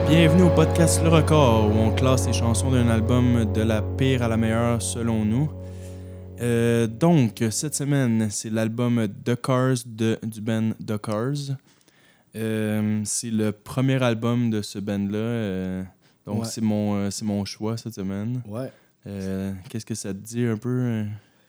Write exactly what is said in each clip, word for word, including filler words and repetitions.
Bienvenue au podcast Le Record, où on classe les chansons d'un album de la pire à la meilleure selon nous. Euh, donc, cette semaine, c'est l'album The Cars de, du band The Cars. Euh, c'est le premier album de ce band-là. Euh, donc, Ouais. c'est, mon, euh, c'est mon choix cette semaine. Ouais. Euh, qu'est-ce que ça te dit un peu?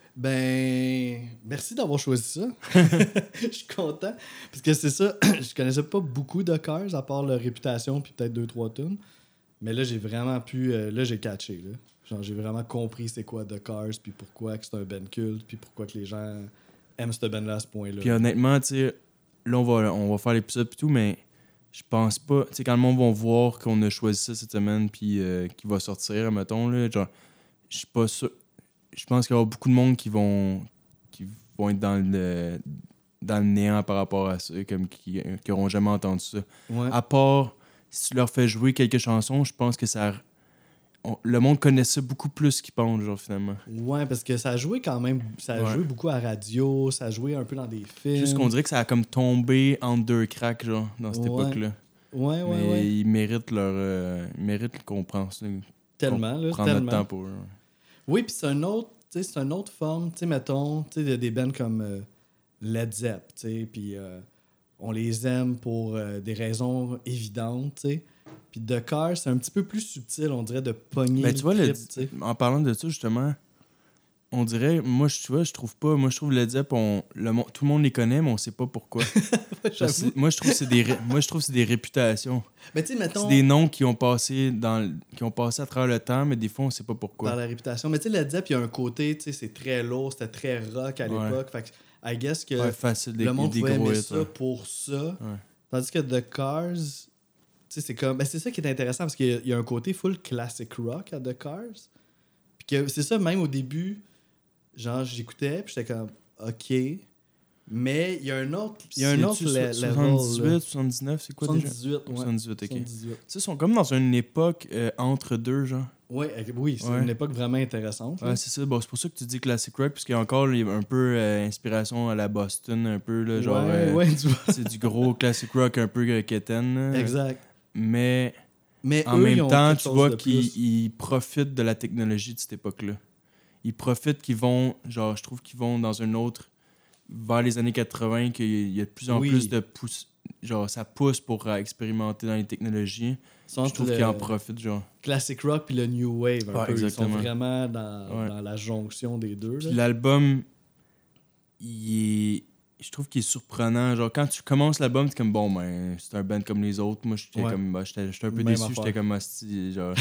Ben, merci d'avoir choisi ça. Je suis content. Parce que c'est ça, je connaissais pas beaucoup de Cars, à part leur réputation puis peut-être deux, trois tunes. Mais là, j'ai vraiment pu... euh, là, j'ai catché. Là. Genre, j'ai vraiment compris c'est quoi The Cars, puis pourquoi que c'est un band culte, puis pourquoi que les gens aiment ce band-là à ce point-là. Puis honnêtement, tu sais, là, on va, on va faire l'épisode et tout, mais je pense pas... Tu sais, quand le monde va voir qu'on a choisi ça cette semaine puis euh, qu'il va sortir, mettons, là, genre, je suis pas sûr... Je pense qu'il y aura beaucoup de monde qui vont qui vont être dans le dans le néant par rapport à ça, comme qui n'auront jamais entendu ça. Ouais. À part si tu leur fais jouer quelques chansons, je pense que ça on, le monde connaît ça beaucoup plus qu'ils pensent, genre, finalement. Ouais, parce que ça a joué quand même... Ça a Ouais. joué beaucoup à radio, ça a joué un peu dans des films. Juste qu'on dirait que ça a comme tombé entre deux cracks, genre, dans cette Ouais. époque-là. Ouais, ouais, Mais ouais. ils méritent leur... Euh, ils méritent qu'on prenne ça. Tellement, qu'on là, prenne tellement. notre temps pour eux. Oui, puis c'est un autre, tu sais, c'est une autre forme, tu sais, mettons, tu sais, il y a des bands comme euh, Led Zepp, tu sais, puis euh, on les aime pour euh, des raisons évidentes, tu sais. Puis The Cars, c'est un petit peu plus subtil, on dirait, de pogner Ben, le tu vois, trip, le- tu sais. en parlant de ça, justement, on dirait, moi, je- tu vois, je trouve pas, moi, je trouve Led Zepp, on, le, mon- tout le monde les connaît, mais on sait pas pourquoi. Genre, c'est- moi, je trouve que c'est des, ré- moi, je trouve que c'est des réputations. Mais tu sais, mettons, C'est des noms qui ont passé dans, le- qui ont passé à travers le temps, mais des fois, on sait pas pourquoi. par la réputation, mais tu sais, Led Zepp, il y a un côté, tu sais, c'est très lourd, c'était très rock à Ouais. l'époque, fait que I guess que Ouais, facile, des, le monde des pouvait gros aimer hits, ça ouais. pour ça. Ouais. Tandis que The Cars, tu sais, c'est comme. Ben, c'est ça qui est intéressant parce qu'il y a- il y a un côté full classic rock à The Cars. Puis que c'est ça, même au début, genre, j'écoutais, puis j'étais comme, OK. Mais il y a un autre. Il y a un autre C'est-tu le- so- level. soixante-dix-huit, là. soixante-dix-neuf, c'est quoi déjà? soixante-dix-huit, ouais. soixante-dix-huit, ok. soixante-dix-huit. Tu sais, ils sont comme dans une époque euh, entre deux, genre. Ouais, ok, oui, c'est Ouais. une époque vraiment intéressante. là. Ouais, c'est ça. Bon, c'est pour ça que tu dis classic rock, parce qu'il y a encore il y a un peu euh, inspiration à la Boston, un peu, là, genre... ouais, euh, ouais, tu vois. c'est du gros classic rock un peu euh, quétaine, là. Exact. Mais Mais en eux, ils même ont temps, quelque tu chose vois de qu'ils plus. ils profitent de la technologie de cette époque-là. Ils profitent qu'ils vont... Genre, je trouve qu'ils vont dans un autre... Vers les années quatre-vingts, qu'il y a de plus en Oui. plus de pousse... Genre, ça pousse pour euh, expérimenter dans les technologies. Ils sont Je trouve le qu'ils en profitent, genre. classic rock puis le new wave, un Ouais, peu. Ils sont exactement. vraiment dans, Ouais. dans la jonction des deux. Puis là. l'album, il est... Je trouve qu'il est surprenant. Genre, quand tu commences l'album, t'es comme, bon, ben, c'est un band comme les autres. Moi, j'étais Ouais. comme, ben, j'étais, j'étais un peu Même déçu. affaire. J'étais comme, hostie, genre...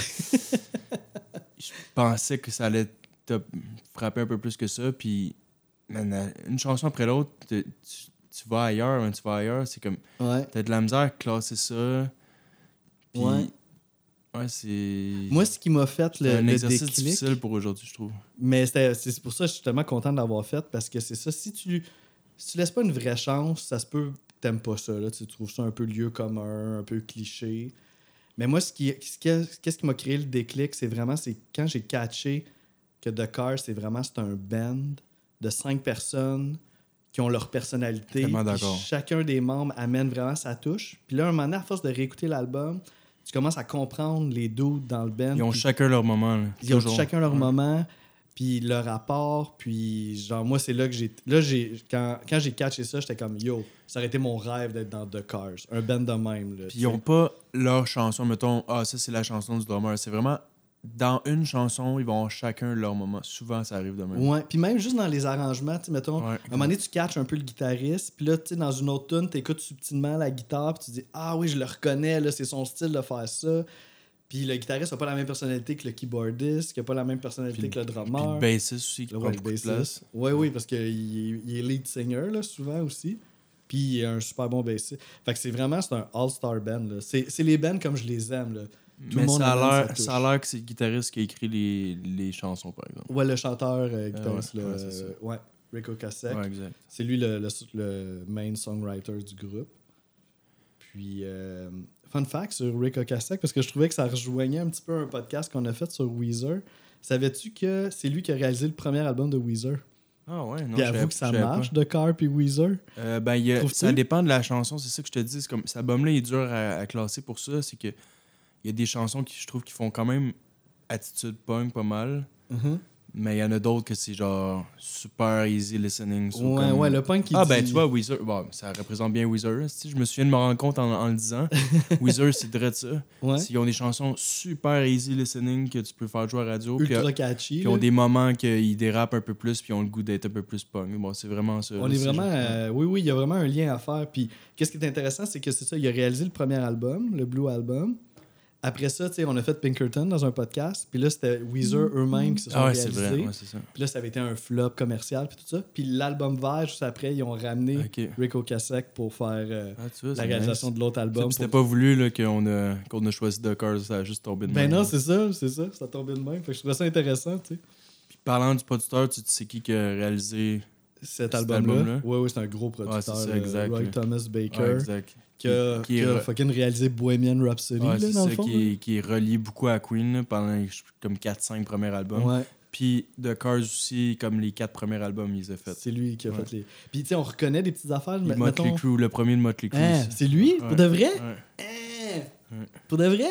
Je pensais que ça allait te frapper un peu plus que ça. Puis, man, euh, une chanson après l'autre, tu, tu- tu vas ailleurs, man, tu vas ailleurs. C'est comme, Ouais. t'as de la misère à classer ça. Puis, Ouais. ouais, c'est... Moi, ce qui m'a fait c'est le, un le exercice déclic, difficile pour aujourd'hui, je trouve. mais c'était- c'est pour ça que je suis tellement content de l'avoir fait, parce que c'est ça, si tu si tu laisses pas une vraie chance, ça se peut que t'aimes pas ça, là, tu trouves ça un peu lieu commun, un peu cliché. Mais moi, ce qui, ce qui, qu'est-ce qui m'a créé le déclic, c'est vraiment, c'est quand j'ai catché que The Cars, c'est vraiment, c'est un band de cinq personnes qui ont leur personnalité. Tellement puis d'accord. chacun des membres amène vraiment sa touche. Puis là, un moment donné, à force de réécouter l'album, tu commences à comprendre les dudes dans le band. Ils ont puis chacun leur moment. Là. ils ont Toujours. chacun leur Ouais. moment, puis leur rapport, puis genre, moi, c'est là que j'ai... Là, j'ai quand, quand j'ai catché ça, j'étais comme, yo, ça aurait été mon rêve d'être dans The Cars, un band de même, là. Puis ils ont pas leur chanson, mettons, ah, ça c'est la chanson du drummer. C'est vraiment, dans une chanson, ils vont avoir chacun leur moment. Souvent, ça arrive de même. Ouais, puis même juste dans les arrangements, tu sais, mettons, Ouais, à un moment donné, tu catches un peu le guitariste, puis là, tu sais, dans une autre tune, t'écoutes subtilement la guitare, puis tu dis, ah oui, je le reconnais, là, c'est son style de faire ça. Puis le guitariste n'a pas la même personnalité que le keyboardiste, qui n'a pas la même personnalité Puis que le Puis drummer. le bassiste aussi, qui Le prend ouais, le beaucoup de bassiste. place. Oui, oui, parce qu'il est, il est lead singer, là, souvent aussi. Puis il est un super bon bassiste. Fait que c'est vraiment, c'est un all-star band, là. C'est, c'est les bands comme je les aime, là. Tout Mais le monde ça amène a, sa l'air, touche. ça a l'air que c'est le guitariste qui a écrit les, les chansons, par exemple. Ouais, le chanteur, euh, guitariste, ouais, là, ouais, c'est ça. euh, ouais, Rick Ocasek. Ouais, exact. C'est lui le, le, le main songwriter du groupe. Puis, euh, fun fact sur Rick Ocasek, parce que je trouvais que ça rejoignait un petit peu un podcast qu'on a fait sur Weezer. Savais-tu que c'est lui qui a réalisé le premier album de Weezer? Ah ouais, non, Puis je savais- avoue que ça je savais marche, pas. de Car puis Weezer. Euh, ben, il y a- Trouves-tu? ça dépend de la chanson, c'est ça que je te dis. C'est comme, cet album-là, il est dur à, à classer pour ça. C'est que il y a des chansons qui, je trouve, qui font quand même attitude punk pas mal. Mm-hmm. Mais il y en a d'autres que c'est genre super easy listening. Ouais, comme... ouais, le punk qui Ah, dit... ben tu vois, Weezer, bon, ça représente bien Weezer. Je me souviens de me rendre compte en, en le disant. Weezer, c'est vrai de ça. Ouais. Ils ont des chansons super easy listening que tu peux faire jouer à la radio. Ultra Puis, catchy. Puis là. ont des moments qu'ils dérapent un peu plus, puis ils ont le goût d'être un peu plus punk. Bon, c'est vraiment ça. On là, est c'est vraiment... genre- euh, oui, oui, il y a vraiment un lien à faire. Puis qu'est-ce qui est intéressant, c'est que c'est ça, il a réalisé le premier album, le Blue Album. Après ça, tu sais, on a fait Pinkerton dans un podcast. Puis là, c'était Weezer eux-mêmes qui se sont Ah ouais, c'est réalisés. vrai. Ouais, c'est ça. Puis là, ça avait été un flop commercial, puis tout ça. Puis l'album vert, juste après, ils ont ramené Ok. Rick Ocasek pour faire euh, Ah, tu vois, la c'est réalisation nice. de l'autre album. Puis C'était pour- pas voulu là, qu'on, a, qu'on a choisi The Cars, ça a juste tombé de Ben même. non, c'est ça, c'est ça. Ça tombait de même. Fait que je trouvais ça intéressant, tu sais. Puis parlant du producteur, tu sais qui qui a réalisé. Cet Cet album-là. album-là. Oui, oui, c'est un gros producteur. Ouais, c'est ça, là, exact, Roy là. Thomas Baker. Ouais, exact. Qui a, Qui- qui qui est a re- fucking réalisé Bohemian Rhapsody, Ouais, là, c'est dans ça le fond. qui est, qui est relié beaucoup à Queen là, pendant comme quatre cinq premiers albums. Ouais, Puis The Cars aussi, comme les quatre premiers albums, ils ont fait. c'est lui qui a Ouais. fait les... Puis, tu sais, on reconnaît des petites affaires. Puis mais Motley mettons... Crue, le premier de Motley Crue. Hein, aussi. c'est lui? Ouais. Pour de vrai? Ouais. Hein? Ouais. Pour de vrai?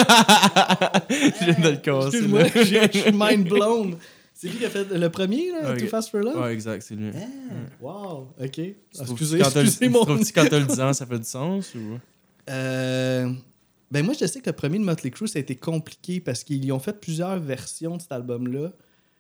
Je viens de le casser. Excuse-moi, là. je je suis mind blown. C'est lui qui a fait le premier, là, Ouais, Too Fast for Love? Ouais, exact, c'est lui. Hein? Wow, OK. Ah, Tu trouves-tu excusez, quand t'as le- excusez mon... trouves-tu quand t'as le disant, ça fait du sens ou... Euh, ben moi, je sais que le premier de Motley Crue, ça a été compliqué parce qu'ils ont fait plusieurs versions de cet album-là.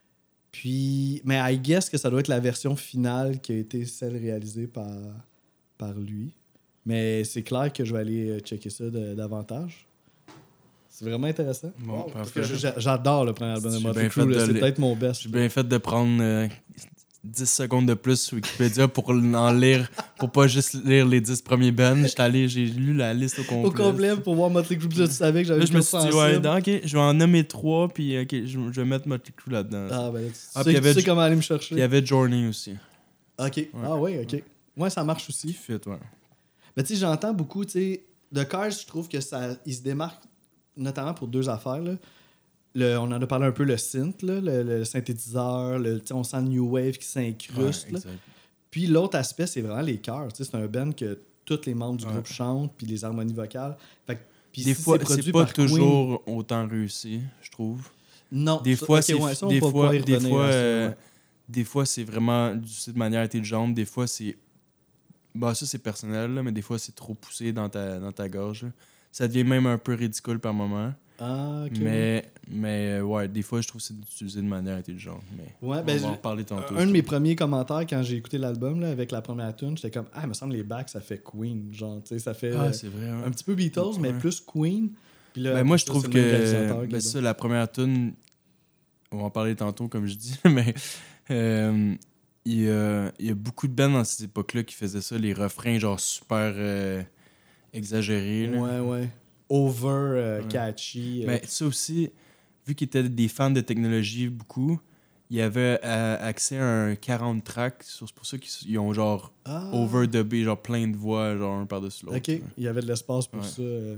Puis, mais I guess que ça doit être la version finale qui a été celle réalisée par, par lui. Mais c'est clair que je vais aller euh, checker ça de- davantage. C'est vraiment intéressant. Bon, Parce parfait. que je- j'adore le premier album de J'ai Motley bien Crue. fait là, de C'est le- peut-être mon best. J'ai bien fait de prendre euh, dix secondes de plus sur Wikipédia pour en lire, pour pas juste lire les dix premiers bands. J'étais allé, j'ai lu la liste au complet. Au complet pour voir Motley Crue. Puis là, tu savais que j'avais Là, une je me suis dit, sensible. ouais, donc, ok, je vais en nommer trois, puis ok, je, je vais mettre Motley Crue là-dedans. Ah, ben là, tu, Ah, sais, puis il y tu avait sais du- comment aller me Puis chercher. il y avait Journey aussi. OK. Ah ouais, OK. Ouais, ça marche Qui aussi. fit, ouais. Mais tu sais, j'entends beaucoup, tu sais, The Cars, je trouve que ça, il se démarque notamment pour deux affaires, là. Le, on en a parlé un peu, le synth, là, le, le synthétiseur, le, tu sais, on sent le new wave qui s'incruste. Ouais, là. exact. Puis l'autre aspect, c'est vraiment les chœurs. Tu sais, c'est un band que tous les membres du Ouais. groupe chantent, puis les harmonies vocales. Fait que- puis Des si fois, produit c'est pas par Queen- toujours autant réussi, je trouve. Non. Des ça- fois, ok, c'est ouais, ça, on des va fois, pouvoir y des revenir fois, à ça, euh, ouais. des fois, c'est vraiment de manière intelligente. Des fois, c'est bah ça c'est personnel là, mais des fois c'est trop poussé dans ta dans ta gorge. Là. Ça devient même un peu ridicule par moment. Ah, ok. Mais mais euh, ouais, des fois je trouve que c'est utilisé de manière intelligente. Mais Ouais, on ben, va en je- reparler tantôt. Un de mes premiers commentaires quand j'ai écouté l'album là, avec la première tune, j'étais comme ah, il me semble les backs ça fait Queen, genre tu sais ça fait Ah, euh, c'est vrai. hein. un petit peu Beatles mais Ouais. plus Queen. Puis là, Ben, moi après je ça, trouve c'est le même réalisateur que qui ben, est ça la première tune on va en parler tantôt comme je dis mais euh, il y, a, il y a beaucoup de bands dans cette époque-là qui faisaient ça, les refrains genre super euh, exagérés. dedans. là. Ouais, ouais. Over euh, Ouais. catchy. euh, Mais ça aussi, vu qu'ils étaient des fans de technologie beaucoup, il y avait euh, accès à un quarante tracks. C'est pour ça qu'ils ils ont genre ah, overdubé, genre plein de voix, genre un par-dessus l'autre. OK, il y avait de l'espace pour Ouais. ça. euh.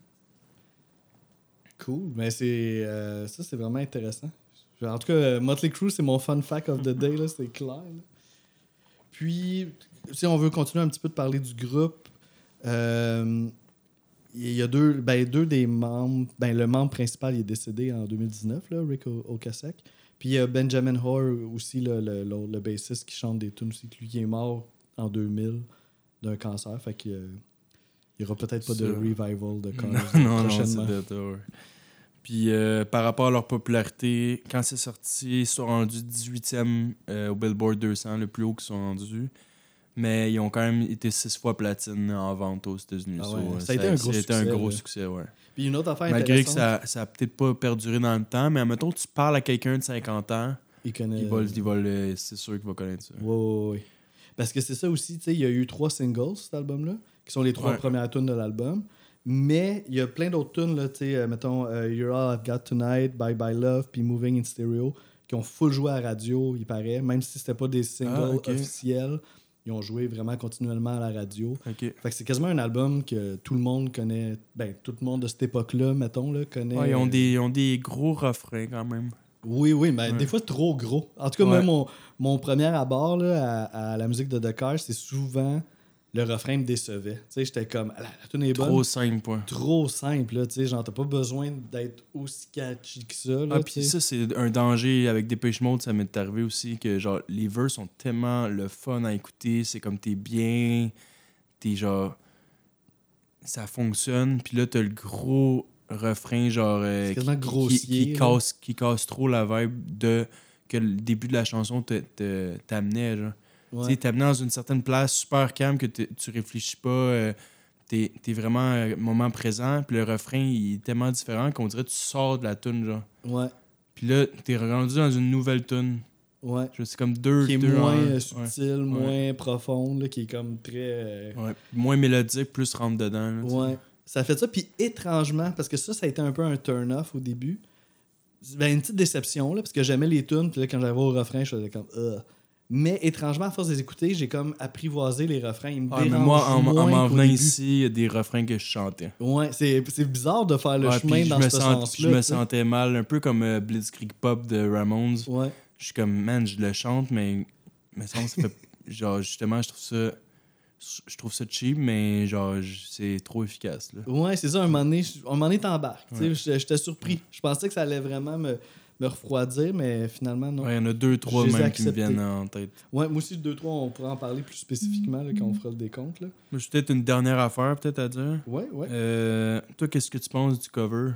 Cool, mais c'est euh, ça c'est vraiment intéressant. En tout cas, euh, Motley Crue, c'est mon fun fact of the day, là, c'est clair. là. Puis, si on veut continuer un petit peu de parler du groupe, euh, il y a deux, ben, deux des membres. Ben, le membre principal il est décédé en deux mille dix-neuf, là, Rick O- Ocasek. Puis il y a Benjamin Hoare aussi, là, le, le, le bassiste qui chante des tunes aussi, lui qui est mort en deux mille d'un cancer. Fait qu'il euh, il y aura peut-être pas de Ça. revival de Cars Non, non, non, prochainement. c'est dead, ouais. Puis euh, par rapport à leur popularité, quand c'est sorti, ils sont rendus dix-huitième euh, au Billboard deux cents, le plus haut qu'ils sont rendus. Mais ils ont quand même été six fois platine en vente aux États-Unis. Ah So, ouais, euh, ça a été un gros ça succès, un gros là. succès, ouais. Puis une autre affaire Malgré que intéressante, ça, ça a peut-être pas perduré dans le temps, mais admettons que tu parles à quelqu'un de cinquante ans, il connaît. il va, le- il va le- c'est sûr qu'il va connaître ça. Ouais, ouais, ouais. Parce que c'est ça aussi, tu sais, il y a eu trois singles, cet album-là, qui sont les trois Ouais. premières tunes de l'album. Mais il y a plein d'autres tunes, là, tu sais, euh, mettons, euh, You're All I've Got Tonight, Bye Bye Love, puis Moving in Stereo, qui ont full joué à la radio, il paraît, même si c'était pas des singles Ah, ok. officiels, ils ont joué vraiment continuellement à la radio. Ok. Fait que c'est quasiment un album que tout le monde connaît, ben, tout le monde de cette époque-là, mettons, là, connaît. Ouais, ils, ont euh, des, ils ont des gros refrains quand même. Oui, oui, mais Ouais. des fois, c'est trop gros. En tout cas, Ouais. moi, mon, mon premier abord là, à, à la musique de The Cars, c'est souvent le refrain me décevait. Tu sais, j'étais comme, la, la tune est bonne. Trop simple, ouais. Trop simple, là, tu sais, genre, t'as pas besoin d'être aussi catchy que ça, là, Ah, puis ça, c'est un danger avec Depeche Mode, ça m'est arrivé aussi, que genre, les vœux sont tellement le fun à écouter, c'est comme t'es bien, t'es genre... Ça fonctionne, puis là, t'as le gros refrain, genre... euh, C'est quasiment qui, grossier, qui, qui là. casse, qui casse trop la vibe de... que le début de la chanson te, te- t'amenait, genre. Tu sais, Ouais. t'amenait dans une certaine place super calme que t'es- tu réfléchis pas, euh, t'es, t'es vraiment euh, moment présent, puis le refrain, il est tellement différent qu'on dirait que tu sors de la tune, genre. Ouais. Puis là, t'es rendu dans une nouvelle tune. Ouais. Je- C'est comme deux, Qui est deux en moins un. euh, Ouais. subtil, moins profonde, là, qui est comme très... euh, Ouais. Moins mélodique, plus rentre dedans. Là, tu sais. Ouais. Ça fait ça, puis étrangement, parce que ça, ça a été un peu un turn-off au début. Ben, une petite déception, là, parce que j'aimais les tunes, puis là, quand j'arrivais au refrain, je faisais comme... Ugh. Mais étrangement, à force de les écouter, j'ai comme apprivoisé les refrains. Ils me Ah, mais dérangent moi, en, moins en m'en qu'au venant début. ici, il y a des refrains que je chantais. Ouais, c'est, c'est bizarre de faire le Ouais, chemin puis je dans me ce sens- sens-là. puis je me tu sais. sentais mal, un peu comme euh, Blitzkrieg Pop de Ramones. Ouais. Je suis comme, man, je le chante, mais, mais ça, ça fait. Genre, justement, je trouve ça. Je trouve ça cheap, mais genre, je- c'est trop efficace. Là. Ouais, c'est ça, un moment donné, je- un moment donné, t'embarques. tu sais, Ouais. J'étais j'étais surpris. Je pensais que ça allait vraiment me, me refroidir, mais finalement, non. Ouais, il y en a deux, trois Je les ai même qui me acceptés. viennent en tête. Ouais, moi aussi, deux, trois, on pourra en parler plus spécifiquement là, quand on fera le décompte. Là. Moi, j'ai peut-être une dernière affaire, peut-être à dire. Ouais, ouais. Euh, toi, qu'est-ce que tu penses du cover?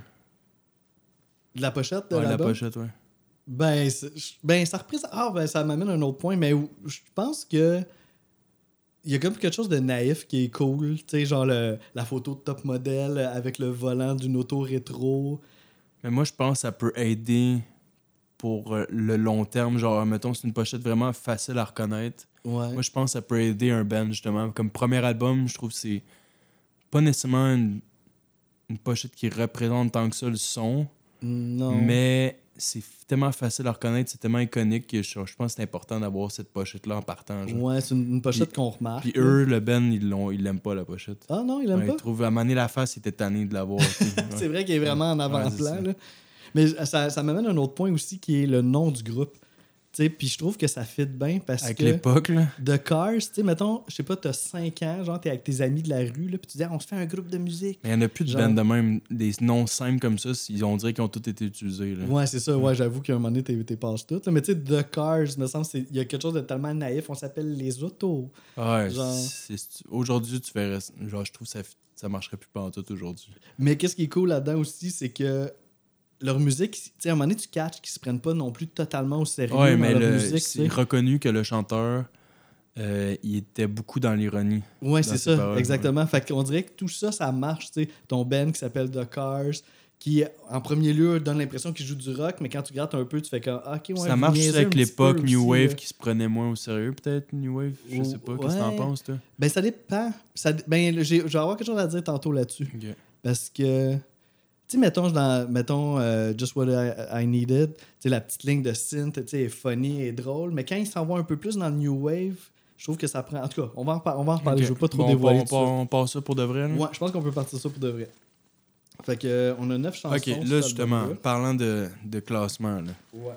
De la pochette de Ouais, la l'album? pochette, ouais. Ben, c'est- je- ben, ça représente. Ah, ben, ça m'amène à un autre point, mais où- je pense que. Il y a comme quelque chose de naïf qui est cool. Tu sais, genre le- la photo de top modèle avec le volant d'une auto rétro. Mais moi, je pense que ça peut aider pour euh, le long terme. Genre, mettons, c'est une pochette vraiment facile à reconnaître. Ouais. Moi, je pense que ça peut aider un band, justement. Comme premier album, je trouve que c'est pas nécessairement une, une pochette qui représente tant que ça le son, Non. mais c'est tellement facile à reconnaître, c'est tellement iconique que je, je pense que c'est important d'avoir cette pochette-là en partant. Genre. Ouais, c'est une, une pochette Puis- qu'on remarque. Puis là. eux, le band, ils l'ont, ils l'aiment pas, la pochette. Ah non, il aime Ouais, pas. ils trouvent, à un moment donné, la face, il était tanné de l'avoir. tu sais. Ouais. C'est vrai qu'il est vraiment en Ouais, avant-plan. c'est ça. là. Mais ça, ça m'amène à un autre point aussi qui est le nom du groupe. Tu sais, puis je trouve que ça fit bien parce Avec que l'époque, là. The Cars, tu sais, mettons, je sais pas, t'as cinq ans, genre, t'es avec tes amis de la rue, là, puis tu dis, ah, on se fait un groupe de musique. Mais il n'y en a plus de Genre- bands de même. Des noms simples comme ça, ils ont dit qu'ils ont tous été utilisés. Là. Ouais, c'est ça, ouais, j'avoue qu'à un moment donné, t'es, t'es passe tout. là. Mais tu sais, The Cars, me semble, c'est- il y a quelque chose de tellement naïf, on s'appelle les autos. Ouais, Genre- c'est- c'est- aujourd'hui, tu verrais. Genre, je trouve que ça, ça marcherait plus pas en tout aujourd'hui. Mais qu'est-ce qui est cool là-dedans aussi, c'est que leur musique, tu sais, à un moment donné, tu catches qu'ils se prennent pas non plus totalement au sérieux Ouais, dans mais leur le- musique, tu c'est sais. reconnu que le chanteur, euh, il était beaucoup dans l'ironie. Ouais, dans c'est ses ça, paroles, exactement. Fait qu'on dirait que tout ça, ça marche, tu sais. Ton band qui s'appelle The Cars, qui, en premier lieu, donne l'impression qu'il joue du rock, mais quand tu grattes un peu, tu fais comme, ah, ok, ouais, ça vous marche niaisez avec un petit l'époque peu New aussi, Wave là. qui se prenait moins au sérieux, peut-être, New Wave. Je sais pas. Qu'est-ce que t'en Ouais. penses, toi? Ben, ça dépend. Ça, dé- ben, j'ai, je vais avoir quelque chose à dire tantôt là-dessus. Ok. Parce que, tu sais, mettons, dans, mettons euh, Just What I, I Needed, tu sais, la petite ligne de synth, tu sais, est funny et drôle, mais quand il s'en va un peu plus dans le New Wave, je trouve que ça prend. En tout cas, on va en, par- on va en reparler. Ok. Je veux pas trop Bon, dévoiler on, tout part- ça. on passe ça pour de vrai. Là? Ouais, je pense qu'on peut partir ça pour de vrai. Fait que, euh, on a neuf chansons. Ok, sur là, cet justement, album-là. parlant de, de classement, là. Ouais.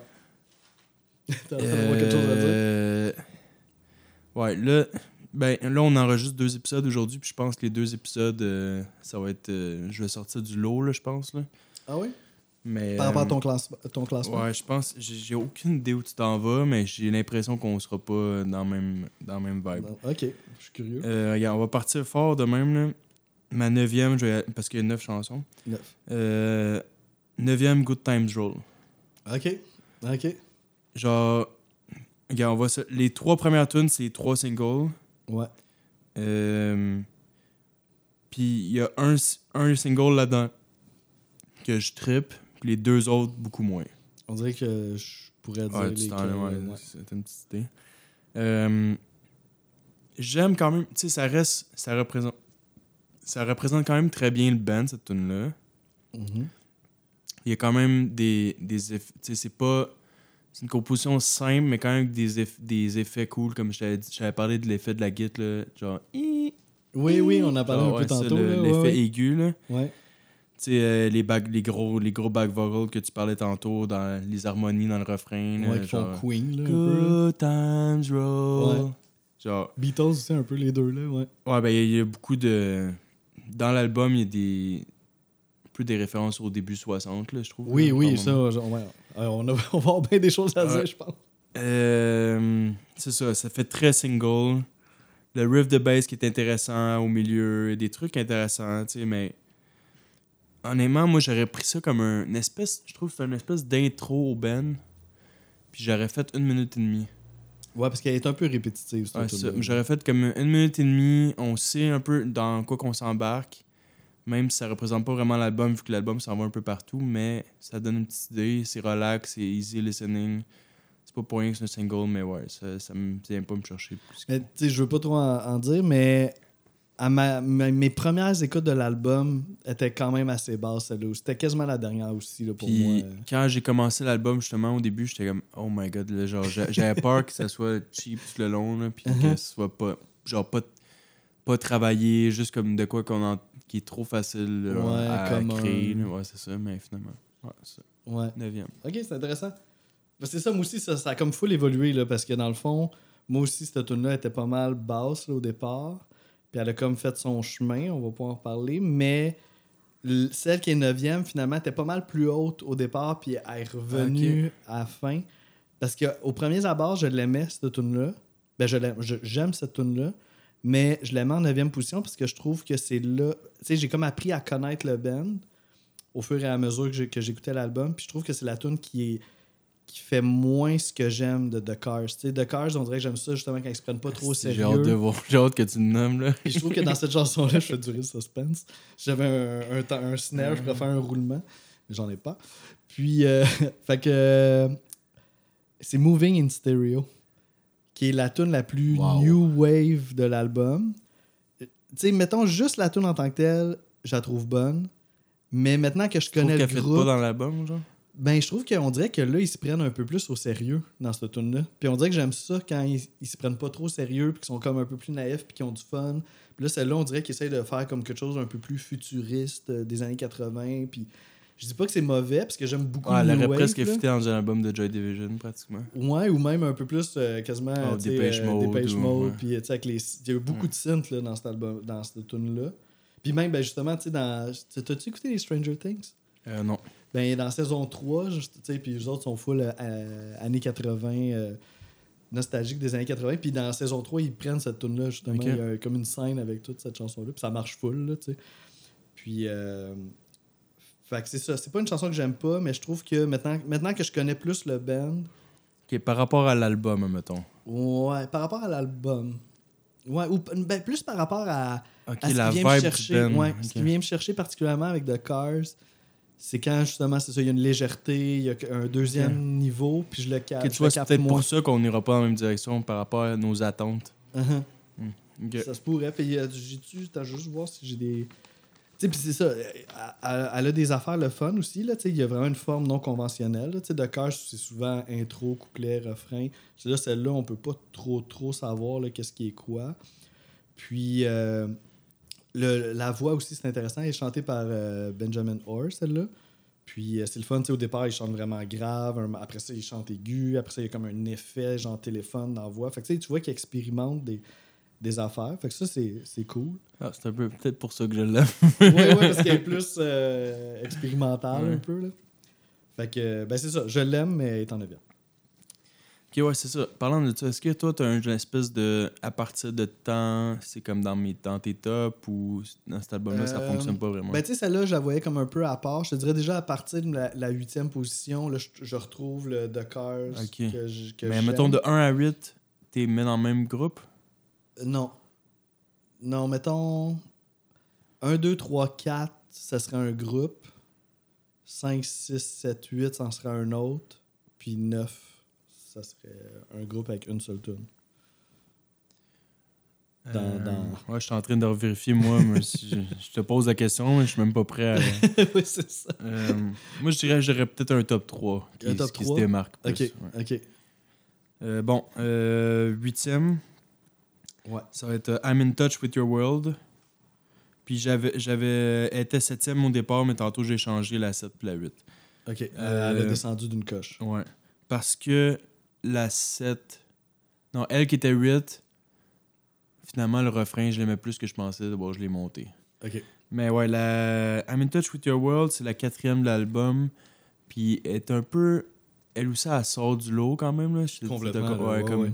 T'as vraiment quelque chose à dire? Euh, Ouais, là, ben, là, on enregistre deux épisodes aujourd'hui, puis je pense que les deux épisodes, euh, ça va être. euh, je vais sortir du lot, là, je pense. Là. Ah oui? Mais, Par rapport à euh, ton, classe, ton classement? Ouais, je pense. J'ai j'ai aucune idée où tu t'en vas, mais j'ai l'impression qu'on sera pas dans la même, dans la même vibe. Bon, ok, je suis curieux. Euh, regarde, on va partir fort de même. Là. Ma neuvième, je vais- parce qu'il y a neuf chansons. Neuf. Euh, neuvième, Good Times Roll. Ok, ok. Genre, regarde, on va se- les trois premières tunes, c'est les trois singles. Ouais. Euh, Puis il y a un, un single là-dedans que je trippe, puis les deux autres, beaucoup moins. On dirait que je pourrais dire Ouais, tu les t'en- que- ouais, ouais. c'est une petite idée. Euh, J'aime quand même, tu sais, ça reste, ça représente, ça représente quand même très bien le band, cette tune-là. Mhm. Il y a quand même des, des effets, tu sais, c'est pas, c'est une composition simple, mais quand même avec des, eff- des effets cool, comme je t'avais dit- j'avais parlé de l'effet de la guitare, là, genre, Oui, oui, on en a parlé genre, un ouais, peu ça, tantôt. le- là, l'effet ouais, ouais. aigu, là. Ouais. Tu sais, euh, les, back- les, gros, les gros back vocals que tu parlais tantôt, dans les harmonies dans le refrain. là, Ouais, qui font genre, Queen, là, un peu. là. Good times roll. Ouais. Genre... Beatles aussi, un peu, les deux, là, ouais. Ouais, ben, il y, y a beaucoup de... Dans l'album, il y a des... un peu des références au début soixante, là, je trouve. Oui, là, oui, ça, genre, ouais. Alors, on, a, on va avoir bien des choses à Ouais. dire, je pense. Euh, c'est ça, ça fait très single. Le riff de bass qui est intéressant au milieu, des trucs intéressants, tu sais, mais honnêtement, moi, j'aurais pris ça comme un une espèce, je trouve que c'est une espèce d'intro au band, puis j'aurais fait une minute et demie. Ouais, parce qu'elle est un peu répétitive, cette Ouais, c'est ça. tune-là. J'aurais fait comme une minute et demie, on sait un peu dans quoi qu'on s'embarque, même si ça représente pas vraiment l'album, vu que l'album s'en va un peu partout, mais ça donne une petite idée, c'est relax, c'est easy listening. C'est pas pour rien que c'est un single, mais ouais, ça, ça me vient pas me chercher plus que... Mais, tu sais, je veux pas trop en, en dire, mais à ma, ma- mes premières écoutes de l'album étaient quand même assez basses, celle-là. C'était quasiment la dernière aussi, là, pour Puis moi. quand j'ai commencé l'album, justement, au début, j'étais comme oh my god, là, genre j'a- j'avais peur que ça soit cheap tout le long, là, puis que ce soit pas genre pas pas travaillé, juste comme de quoi qu'on en... qui est trop facile là, Ouais, à comme créer, un- là. Ouais, c'est ça, mais finalement, ouais, c'est ça. Ouais. Neuvième. Ok, c'est intéressant. Ben, c'est ça, moi aussi, ça, ça a comme full évolué, là, parce que dans le fond, moi aussi, cette tune-là était pas mal basse là, au départ. Puis elle a comme fait son chemin, on va pas en reparler, mais l- celle qui est neuvième, finalement, était pas mal plus haute au départ, puis elle est revenue à la fin. Parce qu'au premier abord, je l'aimais, cette tune-là. Ben, je l'aime, je- j'aime cette tune-là, mais je l'aimais en neuvième position parce que je trouve que c'est là... Tu sais, j'ai comme appris à connaître le band au fur et à mesure que, j'ai- que j'écoutais l'album, puis je trouve que c'est la tune qui est qui fait moins ce que j'aime de The Cars. Tu sais, The Cars, on dirait que j'aime ça justement quand ils se prennent pas trop au J'ai sérieux. hâte de voir, j'ai hâte que tu le nommes, là. Puis je trouve que dans cette chanson-là, je fais durer le suspense. J'avais un, un, temps- un snare, je pourrais faire un roulement, mais j'en ai pas. Puis, euh, fait que euh, c'est Moving in Stereo, qui est la tune la plus Wow. new wave de l'album. Tu sais, mettons juste la tune en tant que telle, je la trouve bonne. Mais maintenant que je Tu trouves connais le qu'elle fait groupe, pas dans l'album, genre? ben je trouve qu'on dirait que là, ils se prennent un peu plus au sérieux dans cette tune-là. Puis on dirait que j'aime ça quand ils, ils se prennent pas trop au sérieux, puis qu'ils sont comme un peu plus naïfs, puis qu'ils ont du fun. Puis là, celle-là, on dirait qu'ils essayent de faire comme quelque chose un peu plus futuriste euh, des années quatre-vingts. Puis je dis pas que c'est mauvais, parce que j'aime beaucoup Ouais, elle le aurait New presque Wave, là. fité dans un album de Joy Division, pratiquement. Ouais, ou même un peu plus euh, quasiment Oh, tu sais, Depeche euh, Mode Depeche ou- Mode. ouais. Puis tu sais, avec les... il y a eu beaucoup de synths là, dans cet album, dans cette tune-là. Puis même, ben, justement, tu sais, dans... T'as-tu écouté les Stranger Things? Euh, non. Ben, dans saison trois, juste, tu sais, puis les autres sont full euh, euh, années quatre-vingts, euh, nostalgiques des années quatre-vingts. Puis dans saison trois, ils prennent cette tune-là, justement. Ok. Il y a comme une scène avec toute cette chanson-là. Puis ça marche full, là, tu sais. Puis, euh, fait que c'est ça. C'est pas une chanson que j'aime pas, mais je trouve que maintenant, maintenant que je connais plus le band, Ok, par rapport à l'album, mettons. ouais, par rapport à l'album, ouais, ou ben, plus par rapport à, Ok, à ce la qui vient me vibe chercher. du band. Ouais, Ok. ce qui vient me chercher particulièrement avec The Cars, c'est quand justement, c'est ça, il y a une légèreté, il y a un deuxième Ok. niveau, puis je le, ca- Ok, tu je vois, le c'est capte peut-être moins. pour ça qu'on n'ira pas dans la même direction par rapport à nos attentes. Uh-huh. Ok. Ça se pourrait. Puis euh, j'ai-tu, t'as juste voir si j'ai des. Tu sais, puis c'est ça. euh, Elle, elle a des affaires le fun aussi, là. Tu sais, il y a vraiment une forme non conventionnelle. là. Tu sais, The Cars, c'est souvent intro, couplet, refrain. C'est là, celle-là, on peut pas trop, trop savoir là, qu'est-ce qui est quoi. Puis, euh, le, la voix aussi, c'est intéressant. Elle est chantée par euh, Benjamin Orr, celle-là. Puis, euh, c'est le fun. Tu sais, au départ, il chante vraiment grave. Un- après ça, il chante aigu. Après ça, il y a comme un effet, genre téléphone dans la voix. Fait que tu sais, tu vois qu'il expérimente des, des affaires. Fait que ça, c'est, c'est cool. Ah, c'est un peu peut-être pour ça que je l'aime. Ouais, ouais, parce qu'elle est plus euh, expérimentale Ouais. un peu. Là. Fait que, ben c'est ça. Je l'aime, mais elle est en neuvième. Ok, ouais, c'est ça. Parlant de ça, est-ce que toi, t'as une espèce de. À partir de temps, c'est comme dans, mes, dans tes tops ou dans cet album-là, ça Euh, fonctionne pas vraiment? Ben, tu sais, celle-là, je la voyais comme un peu à part. Je te dirais déjà à partir de la, la huitième position, là, je, je retrouve le The Cars Ok. que, je- que Mais j'aime. mettons de un à huit, t'es mis dans le même groupe? Euh, Non. Non, mettons un, deux, trois, quatre, ça serait un groupe. cinq, six, sept, huit, ça en serait un autre. Puis neuf, ça serait un groupe avec une seule tune. Dans, Euh, dans... Ouais, je suis en train de vérifier, moi. mais si je, je te pose la question, mais je suis même pas prêt à. oui, c'est ça. Euh, moi, je dirais que j'aurais peut-être un top trois qui, Un top qui se trois? démarque plus. Ok, Ouais. ok. Euh, bon, euh, huitième, Ouais. ça va être euh, I'm in touch with your world. Puis j'avais, j'avais elle était septième au départ, mais tantôt j'ai changé la sept puis la huit. Ok. Euh, Euh, Elle a descendu d'une coche. Ouais. Parce que la sept. Non, elle qui était huit, finalement, le refrain, je l'aimais plus que je pensais. Bon, je l'ai monté. OK. Mais ouais, la I'm in Touch with Your World, c'est la quatrième de l'album. Puis elle est un peu... Elle aussi, elle sort du lot quand même. Là. Je Complètement. ouais, Ouais, comme... ouais.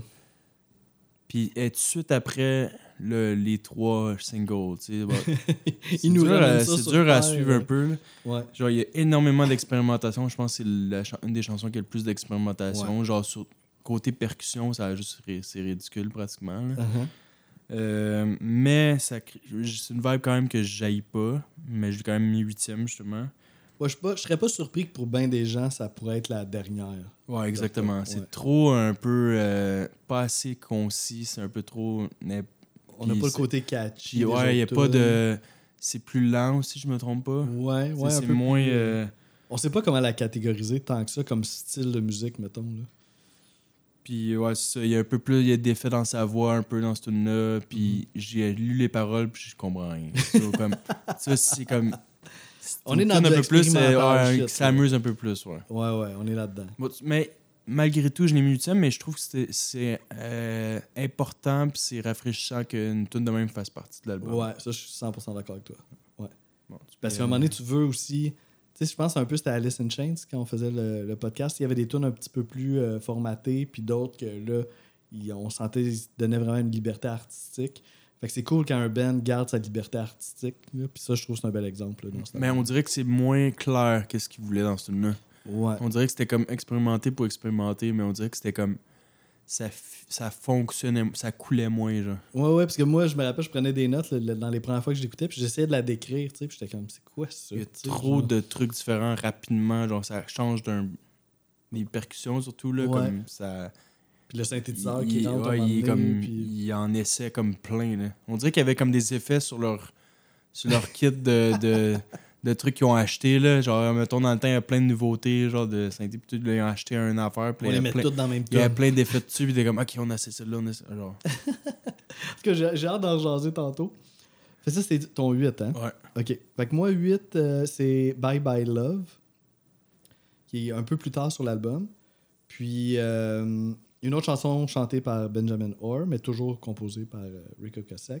Puis elle est tout de suite après le, les trois singles. Tu sais, bon, Il c'est nous dur, ramène à, ça c'est sur dur à terre, suivre ouais. un peu. Là. Ouais. Genre, il y a énormément d'expérimentation. Je pense que c'est la cha- une des chansons qui a le plus d'expérimentation. Ouais. Genre, sur côté percussion, ça a juste ri- c'est ridicule pratiquement. Là. Uh-huh. Euh, mais ça, crée- c'est une vibe quand même que j'haïs pas. Mais j'ai quand même mis huitième, justement. Ouais, je suis pas- je serais pas surpris que pour bien des gens, ça pourrait être la dernière. Ouais, exactement. Ouais. C'est trop un peu... euh, pas assez concis. C'est un peu trop... n'im- On n'a Puis pas le c'est- côté catchy. Puis des ouais, il n'y a autres pas tunes. de... C'est plus lent aussi, je me trompe pas. Ouais, T'sais, ouais, un c'est peu moins... plus, euh, euh, On sait pas comment la catégoriser tant que ça comme style de musique, mettons. Là. Puis ouais, c'est ça. Il y a un peu plus... Il y a des effets dans sa voix, un peu dans ce tune-là. Puis j'ai lu les paroles, puis je comprends rien. So, comme, ça, c'est comme... c'est On une est dans tune de un peu plus... euh, l'expérimental ouais, shit, qui s'amuse un peu plus, ouais. Ouais, ouais, on est là-dedans. Bon, tu- mais malgré tout, je l'ai mis huitième, mais je trouve que c'est, c'est euh, important puis c'est rafraîchissant qu'une tune de même fasse partie de l'album. Ouais, ça, je suis cent pour cent d'accord avec toi. Ouais. Bon, tu Parce peux- qu'à un moment donné, tu veux aussi... Tu sais, je pense un peu c'était Alice in Chains quand on faisait le, le podcast. Il y avait des tunes un petit peu plus euh, formatées, puis d'autres que là, ils- on sentait qu'ils se donnaient vraiment une liberté artistique. Fait que c'est cool quand un band garde sa liberté artistique. là. Puis ça, je trouve que c'est un bel exemple. Là, dans cet Mais album. on dirait que c'est moins clair qu'est-ce qu'il voulait dans ce tune-là. Ouais. On dirait que c'était comme expérimenter pour expérimenter, mais on dirait que c'était comme... Ça, f- ça fonctionnait, ça coulait moins, genre. Ouais, ouais, parce que moi, je me rappelle, je prenais des notes là, dans les premières fois que je l'écoutais, puis j'essayais de la décrire, tu sais, puis j'étais comme, c'est quoi ça? Il y a tu sais, trop genre. de trucs différents rapidement, genre ça change d'un... Les percussions, surtout, là, Ouais. comme ça... Puis le synthétiseur il, qui il- rentre ouais, un il, est moment donné, comme, puis... il en essaie comme plein. Là. On dirait qu'il y avait comme des effets sur leur, sur leur kit de, de, de trucs qu'ils ont acheté. Là. Genre, mettons, dans le temps, il y a plein de nouveautés, genre de synthé. Puis tout, là, ils ont acheté une affaire. Puis On il y les a met plein, toutes dans le même il y a tome. plein d'effets dessus. Puis t'es comme, OK, on a essayé celle-là, on a essayé. Genre. En tout cas, j'ai j'ai hâte d'en jaser tantôt. Fait ça, c'est ton huit, hein? Ouais. OK. Fait que moi, huit, euh, c'est Bye Bye Love, qui est un peu plus tard sur l'album. Puis, euh, une autre chanson chantée par Benjamin Orr, mais toujours composée par euh, Rick Ocasek.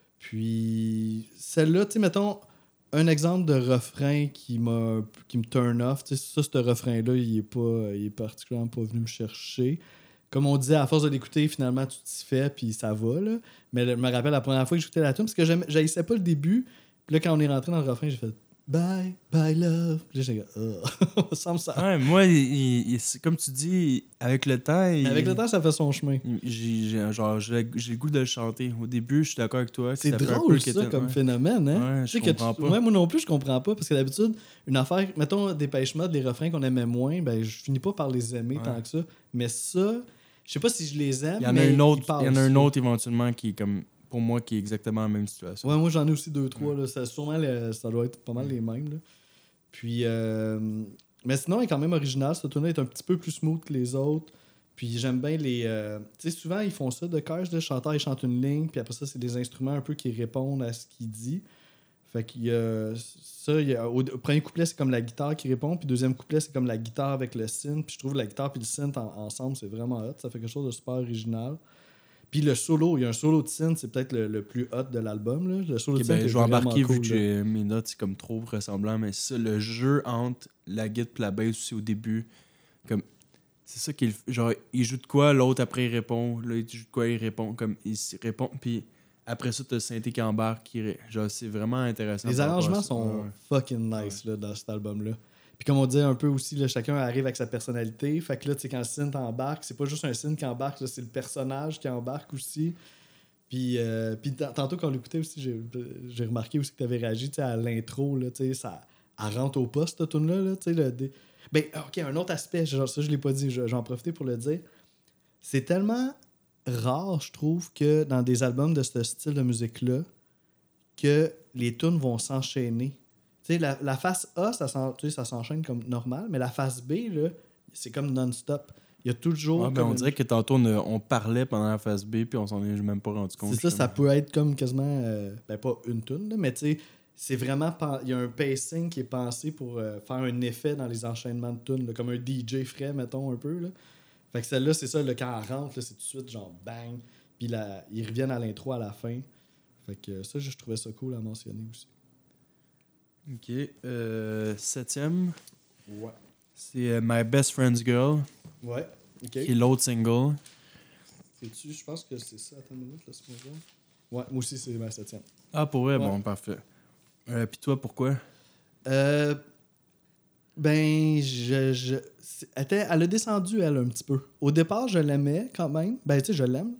Puis, celle-là, tu sais, mettons, un exemple de refrain qui, m'a, qui me turn off. Tu sais, ça, ce refrain-là, il est, pas, il est particulièrement pas venu me chercher. Comme on disait, à force de l'écouter, finalement, tu t'y fais, puis ça va, là. Mais je me rappelle la première fois que j'écoutais la tune, parce que j'haïssais pas le début. Puis là, quand on est rentré dans le refrain, j'ai fait Bye, bye love. Puis là, j'ai dit, ça me ça. Ouais, moi, il, il- il- c'est comme tu dis, avec le temps. il- Avec le temps, ça fait son chemin. il- j'ai, j'ai- genre, j'ai, j'ai le goût de le chanter. Au début, je suis d'accord avec toi. que C'est ça fait un drôle, peu ça, quétaine, comme ouais. phénomène, hein? Ouais, Tu sais je que comprends tu- pas. ouais, moi non plus, je comprends pas. Parce que d'habitude, une affaire, mettons, Dépêche Mode, les refrains qu'on aimait moins, ben, je finis pas par les aimer Ouais. tant que ça. Mais ça, je sais pas si je les aime. Il y en a mais un autre, ils passent, il y en a un là. autre éventuellement qui est comme, pour moi, qui est exactement la même situation. Ouais, moi j'en ai aussi deux, trois. Là. Ça, sûrement, le- ça doit être pas mal les mêmes. Là. Puis, euh, mais sinon, il est quand même original. Ce tune-là est un petit peu plus smooth que les autres. Puis j'aime bien les. euh, Tu sais, souvent, ils font ça de cache. Le chanteur, il chante une ligne. Puis après ça, c'est des instruments un peu qui répondent à ce qu'il dit. Fait qu'il y a ça. Il y a, au, au premier couplet, c'est comme la guitare qui répond. Puis deuxième couplet, c'est comme la guitare avec le synth. Puis je trouve la guitare et le synth en- ensemble, c'est vraiment hot. Ça fait quelque chose de super original. Puis le solo, il y a un solo de synth, c'est peut-être le, le plus hot de l'album. Là. Le solo Ok, de synth ben, est je vais vraiment embarquer cool, vu que là. j'ai mes notes, c'est comme trop ressemblant, mais c'est ça, le jeu entre la guitare et la bass aussi au début, comme c'est ça qu'il genre il joue de quoi, l'autre après il répond, là il joue de quoi, il répond, comme il s- répond, puis après ça t'as le synthé qui embarque, qui ré- genre c'est vraiment intéressant. Les par rapport à arrangements ça. sont Ouais. fucking nice là, dans cet album-là. Puis comme on dit un peu aussi, là, chacun arrive avec sa personnalité. Fait que là, tu sais, quand le synth embarque, c'est pas juste un synth qui embarque, là, c'est le personnage qui embarque aussi. Puis, euh, puis t- tantôt quand on l'écoutait aussi, j'ai, j'ai remarqué aussi que tu avais réagi tu sais, à l'intro, là, tu sais, ça elle rentre au poste, cette tune-là. Là, tu sais, le dé- ben, OK, un autre aspect, genre, ça je l'ai pas dit, je- j'en profite pour le dire. C'est tellement rare, je trouve, que dans des albums de ce style de musique-là, que les tunes vont s'enchaîner. Tu sais, la, la face A, ça, s'en- tu sais, ça s'enchaîne comme normal, mais la face B, là, c'est comme non-stop. Il y a toujours. Ouais, ben, comme on une- dirait que tantôt on, a- on parlait pendant la phase B puis on s'en est même pas rendu compte. C'est ça, ça justement. peut être comme quasiment. euh, ben, pas une tune, là, mais tu sais, c'est vraiment. pen- Il y a un pacing qui est pensé pour euh, faire un effet dans les enchaînements de tunes, là, comme un D J frais, mettons, un peu. Là. Fait que celle-là, c'est ça, là, quand elle rentre, là, c'est tout de suite genre bang. Puis la, ils reviennent à l'intro à la fin. Fait que ça, je trouvais ça cool à mentionner aussi. Ok. Euh, septième, Ouais. c'est euh, My Best Friend's Girl, Ouais. OK. qui est l'autre single. C'est-tu, je pense que c'est ça. Attends une minute, laisse-moi voir. Ouais, moi aussi, c'est ma septième. Ah, pour vrai? Ouais. Bon, parfait. Euh, Puis toi, pourquoi? Euh, ben, je... je c'est- elle, était- elle a descendu, elle, un petit peu. Au départ, je l'aimais quand même. Ben, tu sais, je l'aime.